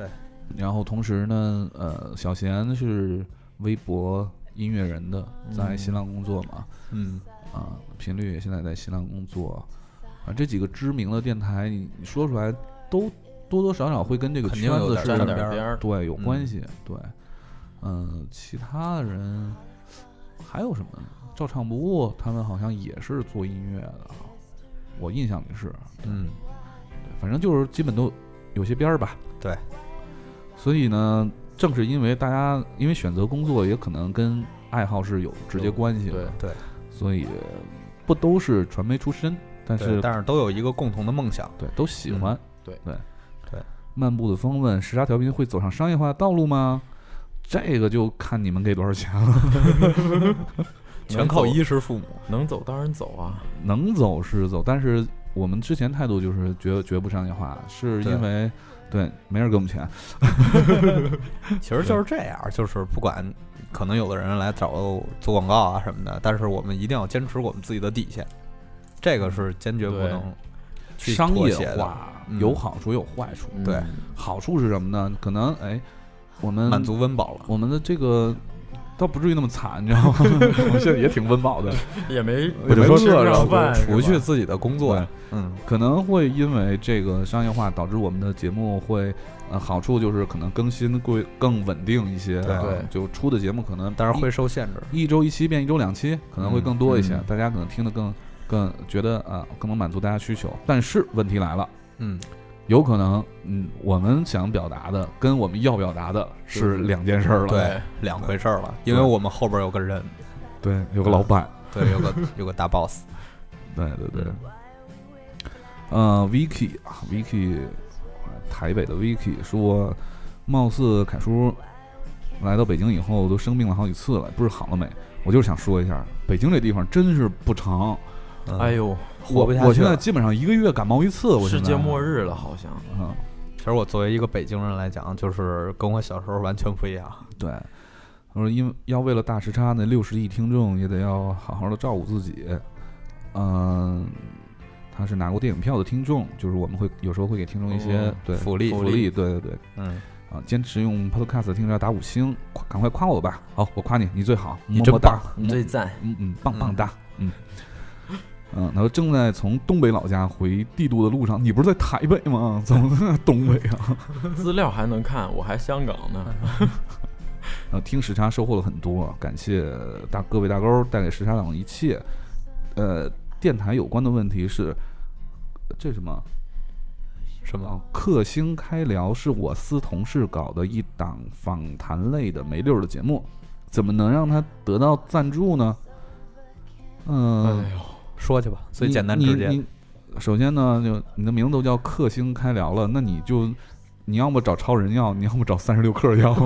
然后同时呢，呃，小贤是微博音乐人的，在新浪工作嘛， 嗯啊，频率也现在在新浪工作，啊，这几个知名的电台，你你说出来都多多少少会跟这个肯定有圈子是点沾点边儿， 对有嗯关系，对，嗯，其他的人还有什么？照唱不误，他们好像也是做音乐的，我印象里是， 嗯， 反正就是基本都有些边儿吧。 对， 所以呢，正是因为大家因为选择工作也可能跟爱好是有直接关系的， 对， 所以不都是传媒出身，但是但是都有一个共同的梦想， 对都喜欢， 嗯、 对对对。 漫步的风问：时差调频会走上商业化的道路吗？这个就看你们给多少钱了。 全靠衣食父母， 能走当然走啊， 能走是走，但是我们之前态度就是绝绝不商业化，是因为 对, 对没人给我们钱。 其实就是这样，就是不管可能有的人来找做广告啊什么的，但是我们一定要坚持我们自己的底线，这个是坚决不能去商业妥协的化， 嗯有好处有坏处。 嗯对， 好处是什么呢？可能哎，我们满足温饱了。 我们的这个倒不至于那么惨，你知道吗？我们现在也挺温饱的， 也没我就说吃不饿着上饭， 除去是吧自己的工作对， 嗯， 可能会因为这个商业化导致我们的节目会，呃，好处就是可能更新会更稳定一些， 对对就出的节目可能但是会受限制。 一周一期变一周两期，可能会更多一些， 嗯嗯大家可能听得更更觉得啊、呃、更能满足大家需求。但是问题来了， 嗯， 有可能嗯我们想表达的跟我们要表达的是两件事儿了， 对，两回事儿了，因为我们后边有个人， 对，有个老板， 对，有个有个大 boss， 对对对。呃 ，Vicky 啊，Vicky，台北的 Vicky 说，貌似凯叔来到北京以后都生病了好几次了，不知好了没？我就是想说一下，北京这地方真是不成。 嗯哎呦， 我活不下去了我现在基本上一个月感冒一次，我世现在界末日了，好像。 嗯， 其实我作为一个北京人来讲，就是跟我小时候完全不一样。 对。我说，因为要为了大时差那六十亿听众，也得要好好的照顾自己。嗯，他是拿过电影票的听众，就是我们会有时候会给听众一些、 哦对福利福利，对对对。 嗯， 啊，坚持用 Podcast 的听众要打五星，夸赶快夸我吧！好，我夸你，你最好， 你真么么哒棒， 你最赞， 嗯嗯，棒棒哒，嗯嗯。然后正在从东北老家回帝都的路上，你不是在台北吗？怎么在东北啊？ 资料还能看，我还香港呢。 呃，听时差收获了很多，感谢大各位大钩带给时差党的一切。呃，电台有关的问题是，这是什么？ 什么？ 啊，克星开聊是我司同事搞的一档访谈类的没溜儿的节目，怎么能让他得到赞助呢？嗯、 哎呦， 说去吧，最你简单直接。 你你首先呢，就你的名字都叫克星开聊了，那你就你要么找超人要，你要么找三十六克要。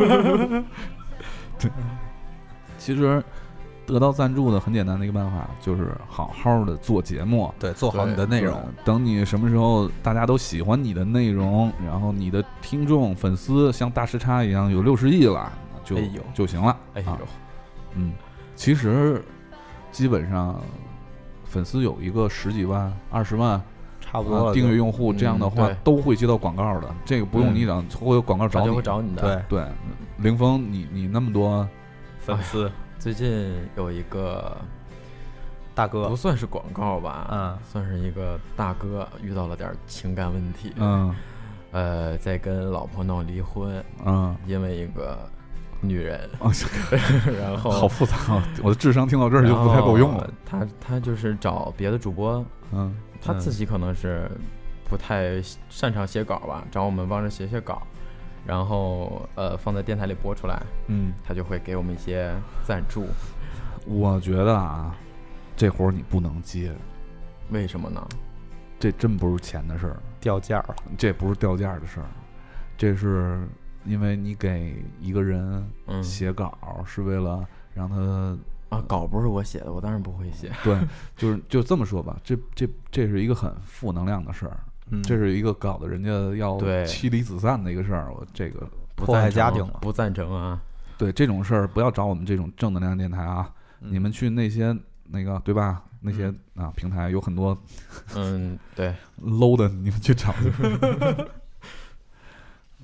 对，其实得到赞助的很简单的一个办法，就是好好的做节目， 对，做好你的内容。 对等你什么时候大家都喜欢你的内容，然后你的听众粉丝像大时差一样有六十亿了，就、 哎呦就行了。 哎呦， 啊嗯，其实基本上粉丝有一个十几万、二十万。 差不多了就。 啊订阅用户这样的话嗯对都会接到广告的，这个不用你找，会有广告找你他就会。找你的。 对， 对，凌峰，你你那么多， 粉丝最近有一个大哥不，算是广告吧， 嗯算是一个大哥遇到了点情感问题， 嗯呃，在跟老婆闹离婚， 嗯， 因为一个女人， 哦， 然后好复杂啊！我的智商听到这儿就不太够用了。 然后他他就是找别的主播， 嗯他自己可能是不太擅长写稿吧，找我们帮着写写稿，然后呃放在电台里播出来， 嗯， 他就会给我们一些赞助。 我觉得啊，这活儿你不能接， 为什么呢？ 这真不是钱的事儿， 掉价了。 这不是掉价的事儿，这是因为你给一个人嗯写稿是为了让他。 啊，稿不是我写的，我当然不会写。 对，就是就这么说吧，这这这是一个很负能量的事儿， 嗯， 这是一个搞得人家要对妻离子散的一个事儿。我这个不破坏赞成家庭了不赞成啊！ 对这种事儿不要找我们这种正能量电台啊， 嗯你们去那些那个对吧？那些、啊平台有很多嗯，对， low 的，你们去找去。对啊、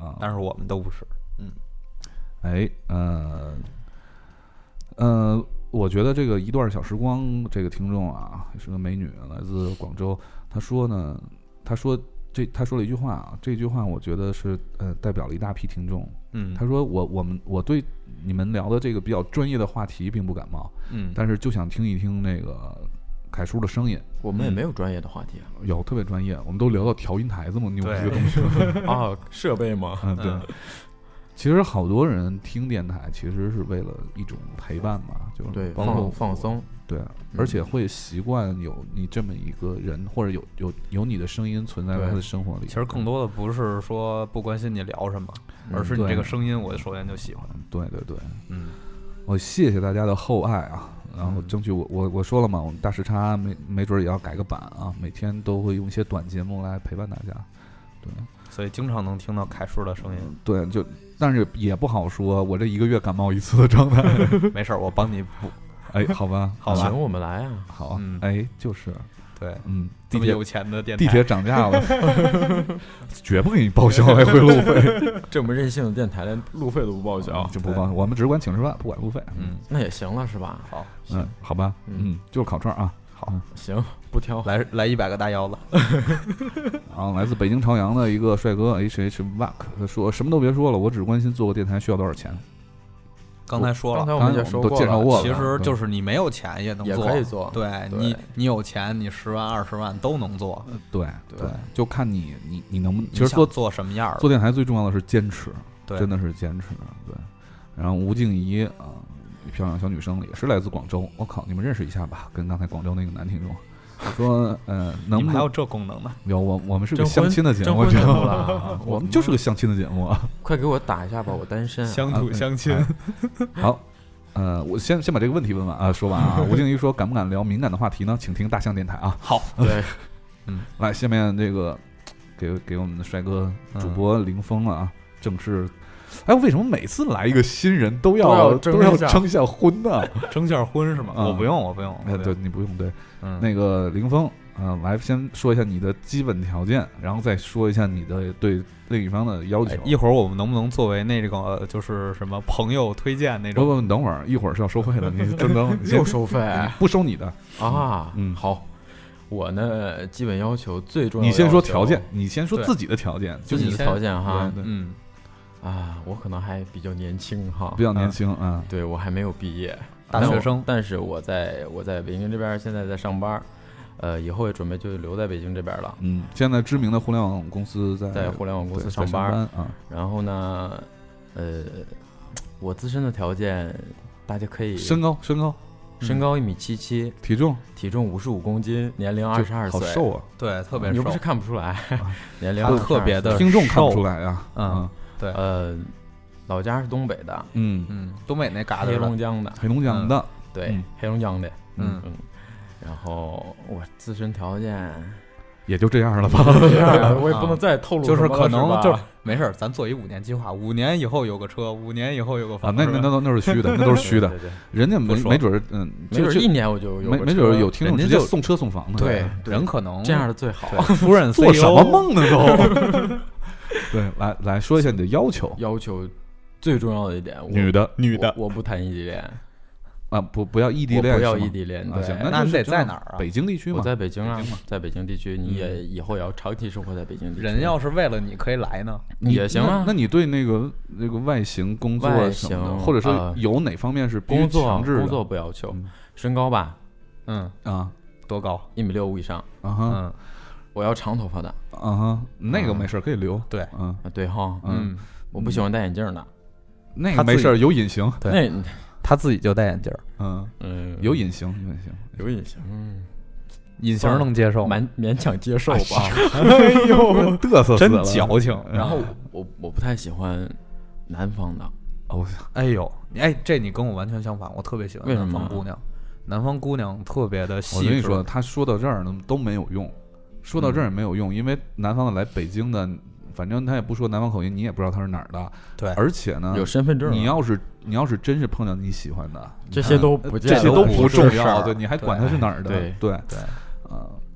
啊， 但是我们都不是。嗯， 哎，呃，呃，我觉得这个一段小时光这个听众啊，是个美女，来自广州。她说呢，她说这她说了一句话啊，这句话我觉得是呃代表了一大批听众。 嗯， 她说我我们我对你们聊的这个比较专业的话题并不感冒， 嗯， 但是就想听一听那个凯叔的声音。 我们也没有专业的话题啊。 有特别专业，我们都聊到调音台这么牛逼的东西。 啊，设备吗？ 嗯，对。其实好多人听电台，其实是为了一种陪伴吧，就是对包括放放松。 对，而且会习惯有你这么一个人，或者有有有你的声音存在在他的生活里。 其实更多的不是说不关心你聊什么，而是你这个声音，我首先就喜欢。 对对对， 嗯， 我谢谢大家的厚爱啊，然后争取我我我说了嘛，我们大时差没没准也要改个版啊，每天都会用一些短节目来陪伴大家。对， 所以经常能听到凯叔的声音。 对，就但是也不好说，我这一个月感冒一次的状态。 没事，我帮你补。 哎，好吧，好吧， 请我们来啊！ 好， 嗯， 哎，就是， 对， 嗯，地铁有钱的电台， 地铁涨价了，绝不给你报销来回路费。 这么任性的电台，连路费都不报销， 就不报，我们只管请吃饭，不管路费。 嗯， 那也行了，是吧？ 好， 嗯，好吧，嗯，就是烤串啊。 好， 行，不挑， 来来一百个大腰子。 然后来自北京朝阳的一个帅哥 H H Wack， 他说什么都别说了，我只关心做个电台需要多少钱。 刚才说了， 刚才我们也说过都介绍过了， 其实就是你没有钱也能做， 也可以做。 对你，你有钱，你十万、二十万都能做。 对对， 就看你你你能不能。其实做做什么样， 做电台最重要的是坚持， 对， 真的是坚持。对，然后吴静怡啊，漂亮小女生也是来自广州。我靠，你们认识一下吧，跟刚才广州那个男听众。说，呃，能不能还有这功能呢？ 有，我我们是个相亲的节目， 节目了， 我们就是个相亲的节目啊！ 快给我打一下吧，我单身。 乡土相亲。 好，呃，我先先把这个问题问完啊，说完啊。吴静怡说，敢不敢聊敏感的话题呢？请听大象电台啊。 好， 对， 嗯，来，下面这个给给我们的帅哥主播林峰了啊，正式。哎，为什么每次来一个新人都要都要征下婚呢？ 征下婚是吗？我不用，我不用。 哎，对你不用，对，那个林峰啊，来先说一下你的基本条件，然后再说一下你的对另一方的要求。 一会儿我们能不能作为那个就是什么朋友推荐那种？ 不不，你等会儿，一会儿是要收费的，你等等， 又收费， 不收你的啊？ 嗯， 好。我呢，基本要求最重要。 你先说条件，你先说自己的条件， 自己的条件哈。 嗯。 啊，我可能还比较年轻哈， 比较年轻啊。 对，我还没有毕业， 大学生。 但是我在我在北京这边，现在在上班，呃，以后也准备就留在北京这边了。 嗯，现在知名的互联网公司在在互联网公司上班啊。 然后呢，呃，我自身的条件，大家可以身高身高身高一米七七， 体重体重五十五公斤，年龄二十二岁， 好瘦啊。 对，特别瘦。 你又不是看不出来，年龄特别的， 听众看不出来呀。 嗯。对， 呃，老家是东北的， 嗯嗯，东北那嘎达， 黑龙江的， 黑龙江的， 对，黑龙江的， 嗯嗯，然后我自身条件也就这样了吧， 我也不能再透露， 就是可能就是没事，咱做一五年计划，五年以后有个车，五年以后有个房， 啊，那那那那是虚的，那都是虚的，人家没没准嗯， 没准一年我就有， 没没准有听众直接送车送房的， 对， 人可能这样的最好， 夫人做什么梦呢都。对，来来说一下你的要求。 要求最重要的一点， 女的， 女的， 我不谈异地恋啊，不不要异地恋， 不要异地恋。 对， 那你得在哪儿啊？ 北京地区嘛。 我在北京啊，在北京地区，你也以后也要长期生活在北京地区。 人要是为了你可以来呢， 也行啊。 那你对那个那个外形、工作什么的，或者说有哪方面是工作强制的？ 工作不要求，身高吧， 嗯啊， 多高？ 一米六五以上。 啊哈。 我要长头发的， 啊哈，那个没事可以留， 对， 嗯， 对哈， 嗯， 我不喜欢戴眼镜的， 那个没事有隐形， 那他自己就戴眼镜， 嗯嗯， 有隐形，有隐形， 有隐形，嗯， 隐形能接受， 勉勉强接受吧， 哎呦，嘚瑟真矫情。 然后我我不太喜欢南方的， 哦， 哎呦，哎，这你跟我完全相反，我特别喜欢南方姑娘，南方姑娘特别的细致。 我跟你说，他说到这儿呢都没有用。说到这儿也没有用，因为南方的来北京的，反正他也不说南方口音，你也不知道他是哪儿的。 对， 而且呢， 有身份证。 你要是你要是真是碰到你喜欢的， 这些都不这些都不重要。对，你还管他是哪儿的？ 对对对， 呃，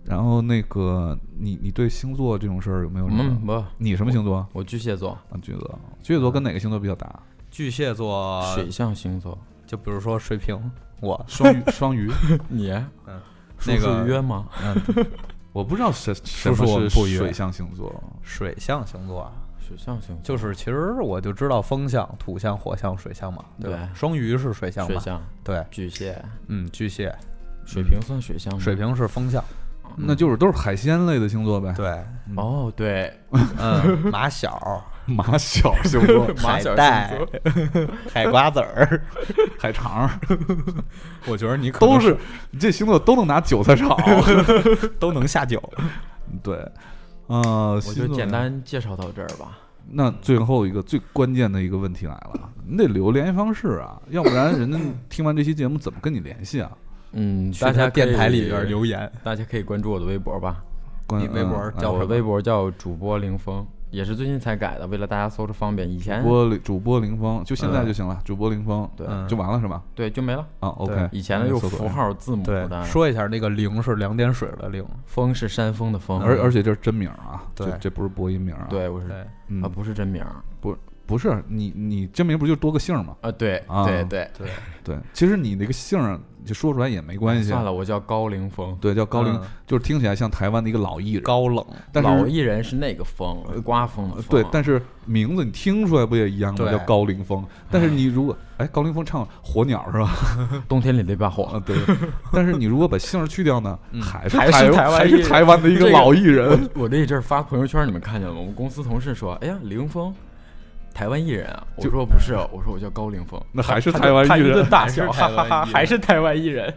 然后那个你你对星座这种事儿有没有什么？ 嗯，不， 你什么星座？ 我巨蟹座。 啊，巨蟹座。巨蟹座跟哪个星座比较搭？ 巨蟹座水象星座， 就比如说水瓶，我双鱼，双鱼。 你， 嗯， 那那个个约吗？ 嗯，我不知道什什叔叔么是不约水象星座。 水象星座啊， 水象星座就是其实我就知道风象、土象、火象、水象嘛，对吧？ 对双鱼是水象吧？ 水象， 对， 巨蟹， 嗯，巨蟹， 水瓶算水象吗？ 水瓶是风象， 那就是都是海鲜类的星座呗。 对， 哦，对， 嗯，马小、 马小星座， 海马小带星座、 海瓜子儿， 海肠， 我觉得你可能都是你这星座都能拿韭菜炒。 都能下酒。 对，呃， 我星座就简单介绍到这儿吧。 那最后一个最关键的一个问题来了，你得留联系方式啊，要不然人家听完这期节目怎么跟你联系啊？ 嗯， 去他大家可以电台里边留言， 大家可以关注我的微博吧。 关你微博嗯叫什么我的微博叫主播凌风，也是最近才改的，为了大家搜着方便。以前主播主播凌风，就现在就行了，主播凌风， 对嗯就完了是吧？ 对就没了。 啊，OK， 以前的有符号字母对， 的， 说一下那个零是两点水的零， 风是山峰的峰， 而而且这是真名啊， 对这这不是播音名啊， 对我是对， 嗯啊，不是真名不是你你真名不就多个姓吗？ 啊，对啊对对对， 对，其实你那个姓儿就说出来也没关系， 算了，我叫高凌风。 对，叫高凌， 嗯就是听起来像台湾的一个老艺人， 高冷， 但是老艺人是那个风，刮风的风。 对，但是名字你听出来不也一样吗？ 对叫高凌风，但是你如果哎高凌风唱火鸟是吧？ 冬天里的一把啊火。 对，但是你如果把姓儿去掉呢， 嗯还是还是台湾还艺人是台湾的一个这个老艺人。 我我那一阵儿发朋友圈，你们看见了吗？我们公司同事说：“哎呀，凌风，台湾艺人啊。”我说：“不是，我说我叫高凌风。” 那还是他台湾艺人他一顿。大笑， 还是哈哈哈，还是台湾艺人。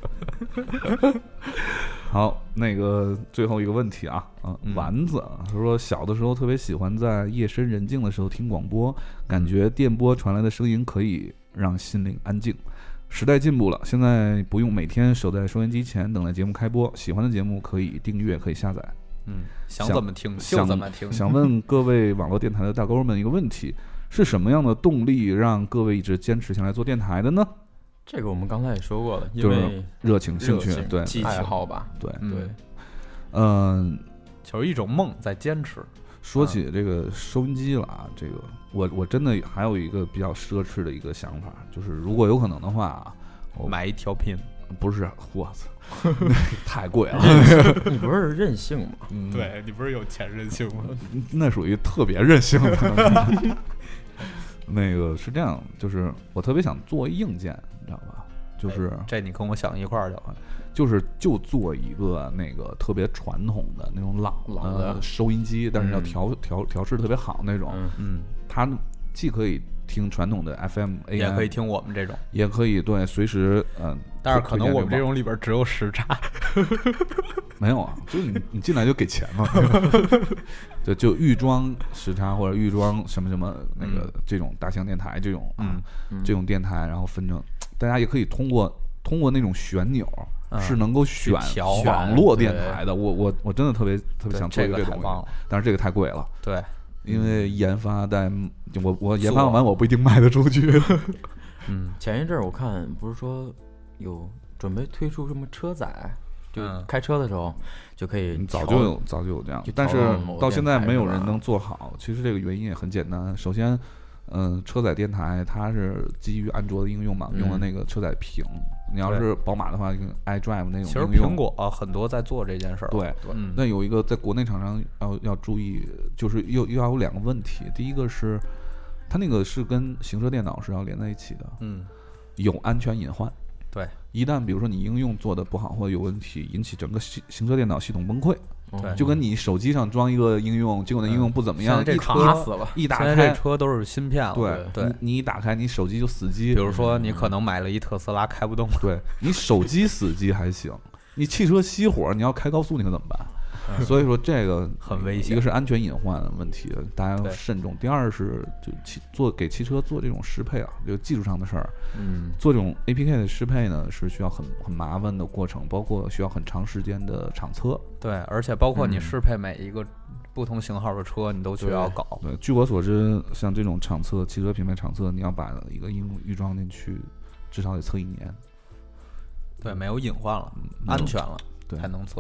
好，那个最后一个问题啊，啊， 嗯丸子他说小的时候特别喜欢在夜深人静的时候听广播，感觉电波传来的声音可以让心灵安静。时代进步了，现在不用每天守在收音机前等待节目开播，喜欢的节目可以订阅，可以下载。 嗯，想想怎么听就想怎么听。 想问各位网络电台的大哥们一个问题：是什么样的动力让各位一直坚持下来做电台的呢？ 这个我们刚才也说过了，因就是为热情、兴趣热，情对激情爱好吧。 对， 嗯对， 嗯。 就是一种梦在坚持。 说起这个收音机了啊，这个我我真的还有一个比较奢侈的一个想法，就是如果有可能的话啊，我买一调频， 不是，我操，那太贵了， 你不是任性吗？ 嗯， 对你不是有钱任性吗？ 那属于特别任性的。那个是这样，就是我特别想做硬件，你知道吧？就是这你跟我想一块儿去了。 就是就做一个那个特别传统的那种老老的收音机，但是要嗯调调调试得特别好那种。 嗯， 嗯， 它既可以听传统的 F M A M， 也可以听我们这种， 也可以对随时嗯、呃， 但是可能我们这种种里边只有时差。 没有啊，就是你你进来就给钱嘛，就就预装时差或者预装什么什么那个、 嗯这种大型电台这种啊、 嗯嗯这种电台，然后分成大家也可以通过通过那种旋钮。 嗯是能够选去调网络电台的，我我我真的特别特别对想做一这个这东西， 个太棒了。 但是这个太贵了， 对， 因为研发在我我研做发完我不一定卖得出去。 嗯， 前一阵儿我看不是说有准备推出什么车载，就嗯开车的时候就可以调早就有早就有这样就， 但是调到某个到现在电台是吧没有人能做好。其实这个原因也很简单，首先，嗯，车载电台它是基于安卓的应用嘛，用的嗯那个车载屏。你要对是宝马的话，跟 iDrive 那种其实应用苹果、啊、很多在做这件事儿。 对。 嗯， 那有一个在国内厂商要要注意，就是又又要有两个问题。第一个是，它那个是跟行车电脑是要连在一起的， 嗯， 有安全隐患。 对， 一旦比如说你应用做的不好或者有问题，引起整个行行车电脑系统崩溃， 对就跟你手机上装一个应用，结果那应用不怎么样， 现在这一卡车死了。 一打现在这开， 车都是芯片了。 对对， 你你一打开，你手机就死机。 比如说你可能买了一特斯拉开不动。 对你手机死机还行，你汽车熄火，你要开高速，你可怎么办？所以说这个很危险一个是安全隐患的问题，大家要对慎重。第二是就汽做给汽车做这种适配啊，就技术上的事儿， 嗯， 做这种 A P K 的适配呢，是需要很很麻烦的过程，包括需要很长时间的场测。 对，而且包括你嗯适配每一个不同型号的车，你都需要搞。 对，据我所知，像这种场测，汽车品牌场测，你要把一个应用预装进去，至少得测一年。 对，没有隐患了， 嗯安全了， 对才能测。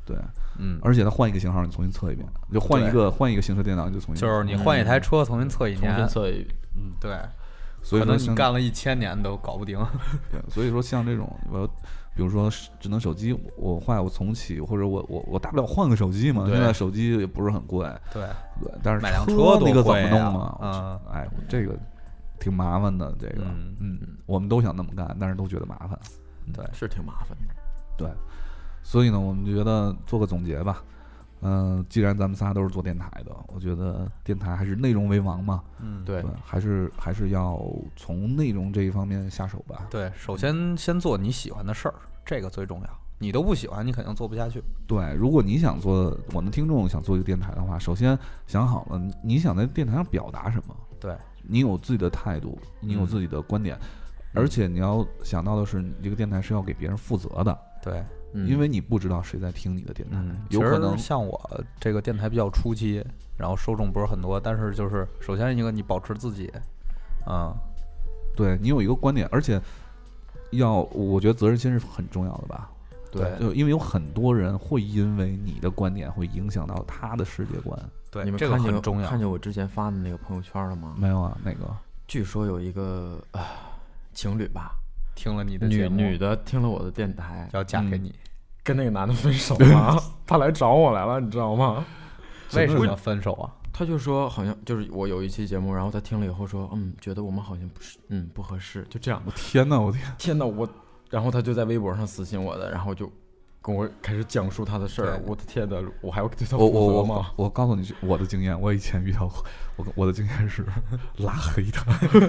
对， 嗯， 而且它换一个型号，你重新测一遍，就换一个换一个行车电脑，你就重新就是你换一台车重新测一重年， 新测一， 嗯，对， 所以说像可能你干了一千年都搞不定。 对，所以说像这种我。比如说智能手机，我坏我重启，或者我我我大不了换个手机嘛。现在手机也不是很贵， 对对，但是买辆车那个怎么弄啊？ 嗯，哎，这个挺麻烦的。这个， 嗯嗯，我们都想那么干，但是都觉得麻烦。 对， 是挺麻烦的。 对，所以呢，我们觉得做个总结吧。嗯、呃，既然咱们仨都是做电台的，我觉得电台还是内容为王嘛。 嗯， 对， 对，还是还是要从内容这一方面下手吧。 对，首先先做你喜欢的事儿，这个最重要。你都不喜欢，你肯定做不下去。 对，如果你想做，我们听众想做一个电台的话，首先想好了，你想在电台上表达什么？ 对， 你有自己的态度，你有自己的观点， 嗯、 而且你要想到的是，你这个电台是要给别人负责的。 对。 嗯、 因为你不知道谁在听你的电台， 嗯、 有可能像我这个电台比较初期，然后受众不是很多，但是就是首先一个你保持自己，啊、嗯， 对你有一个观点，而且要我觉得责任心是很重要的吧。 对， 就因为有很多人会因为你的观点会影响到他的世界观。 对， 你们这个很重要。 看见我之前发的那个朋友圈了吗？ 没有啊，哪个？ 据说有一个啊、呃、情侣吧。 听了你的女女的听了我的电台， 要嫁给你、 嗯，跟那个男的分手了，他来找我来了，你知道吗？ 为什么要分手啊？ 他就说好像就是我有一期节目，然后他听了以后说，嗯，觉得我们好像不是，嗯，不合适，就这样。 我天哪，我天， 天哪，我，然后他就在微博上私信我的，然后就跟我开始讲述他的事儿。我的天哪，我还要对他负责吗？ 我我我我告诉你我的经验，我以前遇到过，我我的经验是拉黑他。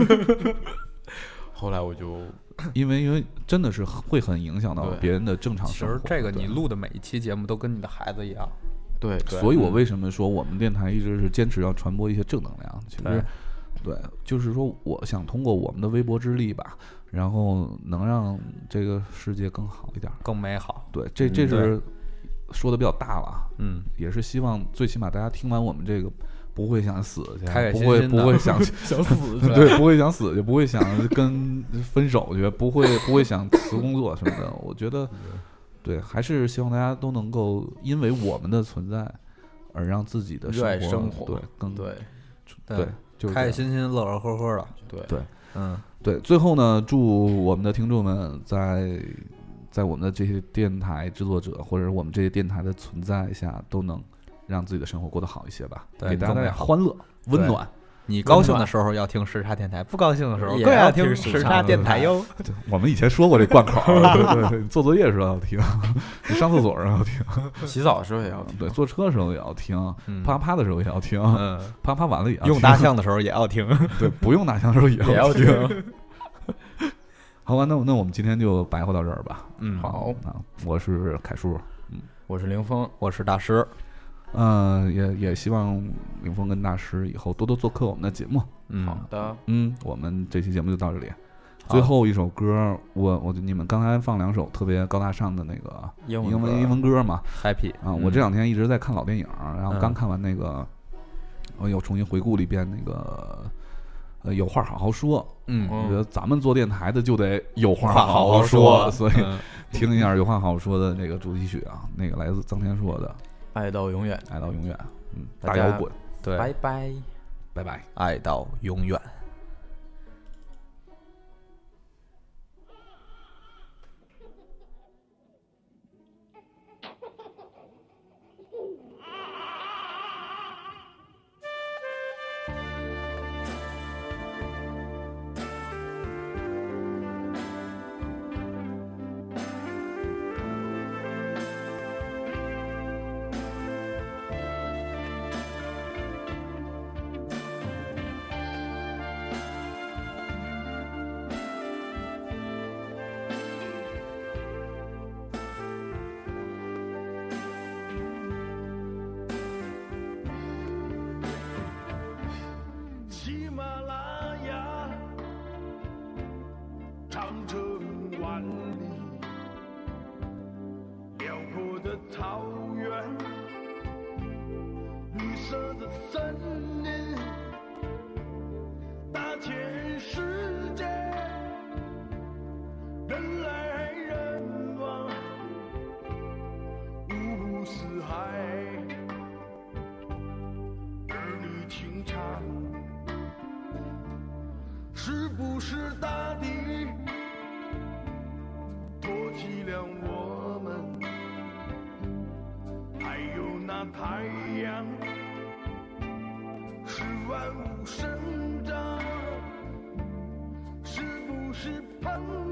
后来我就。 因为因为真的是会很影响到别人的正常生活。 其实这个你录的每一期节目都跟你的孩子一样。 对， 所以我为什么说我们电台一直是坚持要传播一些正能量？其实，对，就是说我想通过我们的微薄之力吧，然后能让这个世界更好一点， 更美好。 对，这这是说的比较大了， 嗯， 也是希望最起码大家听完我们这个。不会想死去， 开开心心不会不会想想死去， 对，不会想死去，不会想跟分手去，不会不会想辞工作什么的。我觉得，对，还是希望大家都能够因为我们的存在而让自己的热爱生活， 对，更对对， 就是开开心心、乐乐呵呵的。 对对， 嗯， 对。最后呢，祝我们的听众们在在我们的这些电台制作者或者我们这些电台的存在下都能。让自己的生活过得好一些吧，给大家带来欢乐、温暖。 你高兴的时候要听时差电台，不高兴的时候更要听时差电台哟。 我们以前说过这贯口，对对对，做作业的时候要听，你上厕所时候要听， 洗澡的时候也要听， 对，坐车的时候也要听， 嗯、 啪啪的时候也要听， 嗯、 啪啪完了也要听， 用大象的时候也要听， 对，不用大象的时候也也要听。 好吧，那那我们今天就白话到这儿吧。 嗯， 好，啊，我是凯叔， 嗯，我是凌峰， 我是大师。 嗯、呃，也也希望凌峰跟大师以后多多做客我们的节目。 嗯， 好的， 嗯，我们这期节目就到这里。最后一首歌，我我你们刚才放两首特别高大上的那个英文英文英文歌嘛 ，Happy 啊、嗯！我这两天一直在看老电影，然后刚看完那个， 嗯、 我又重新回顾了一遍那个，呃，有话好好说。 嗯， 我觉得咱们做电台的就得有话好好好说，所以嗯、 听一下有话好说的那个主题曲啊，那个来自臧天朔的《 爱到永远》， 爱到永远。嗯， 大摇滚， 对， 拜拜， 拜拜， 爱到永远。 喜马拉雅，长城万里，辽阔的草原，绿色的森林，大千世界，人来人往，五湖是不是大地托起了我们？还有那太阳是万物生长，是不是盼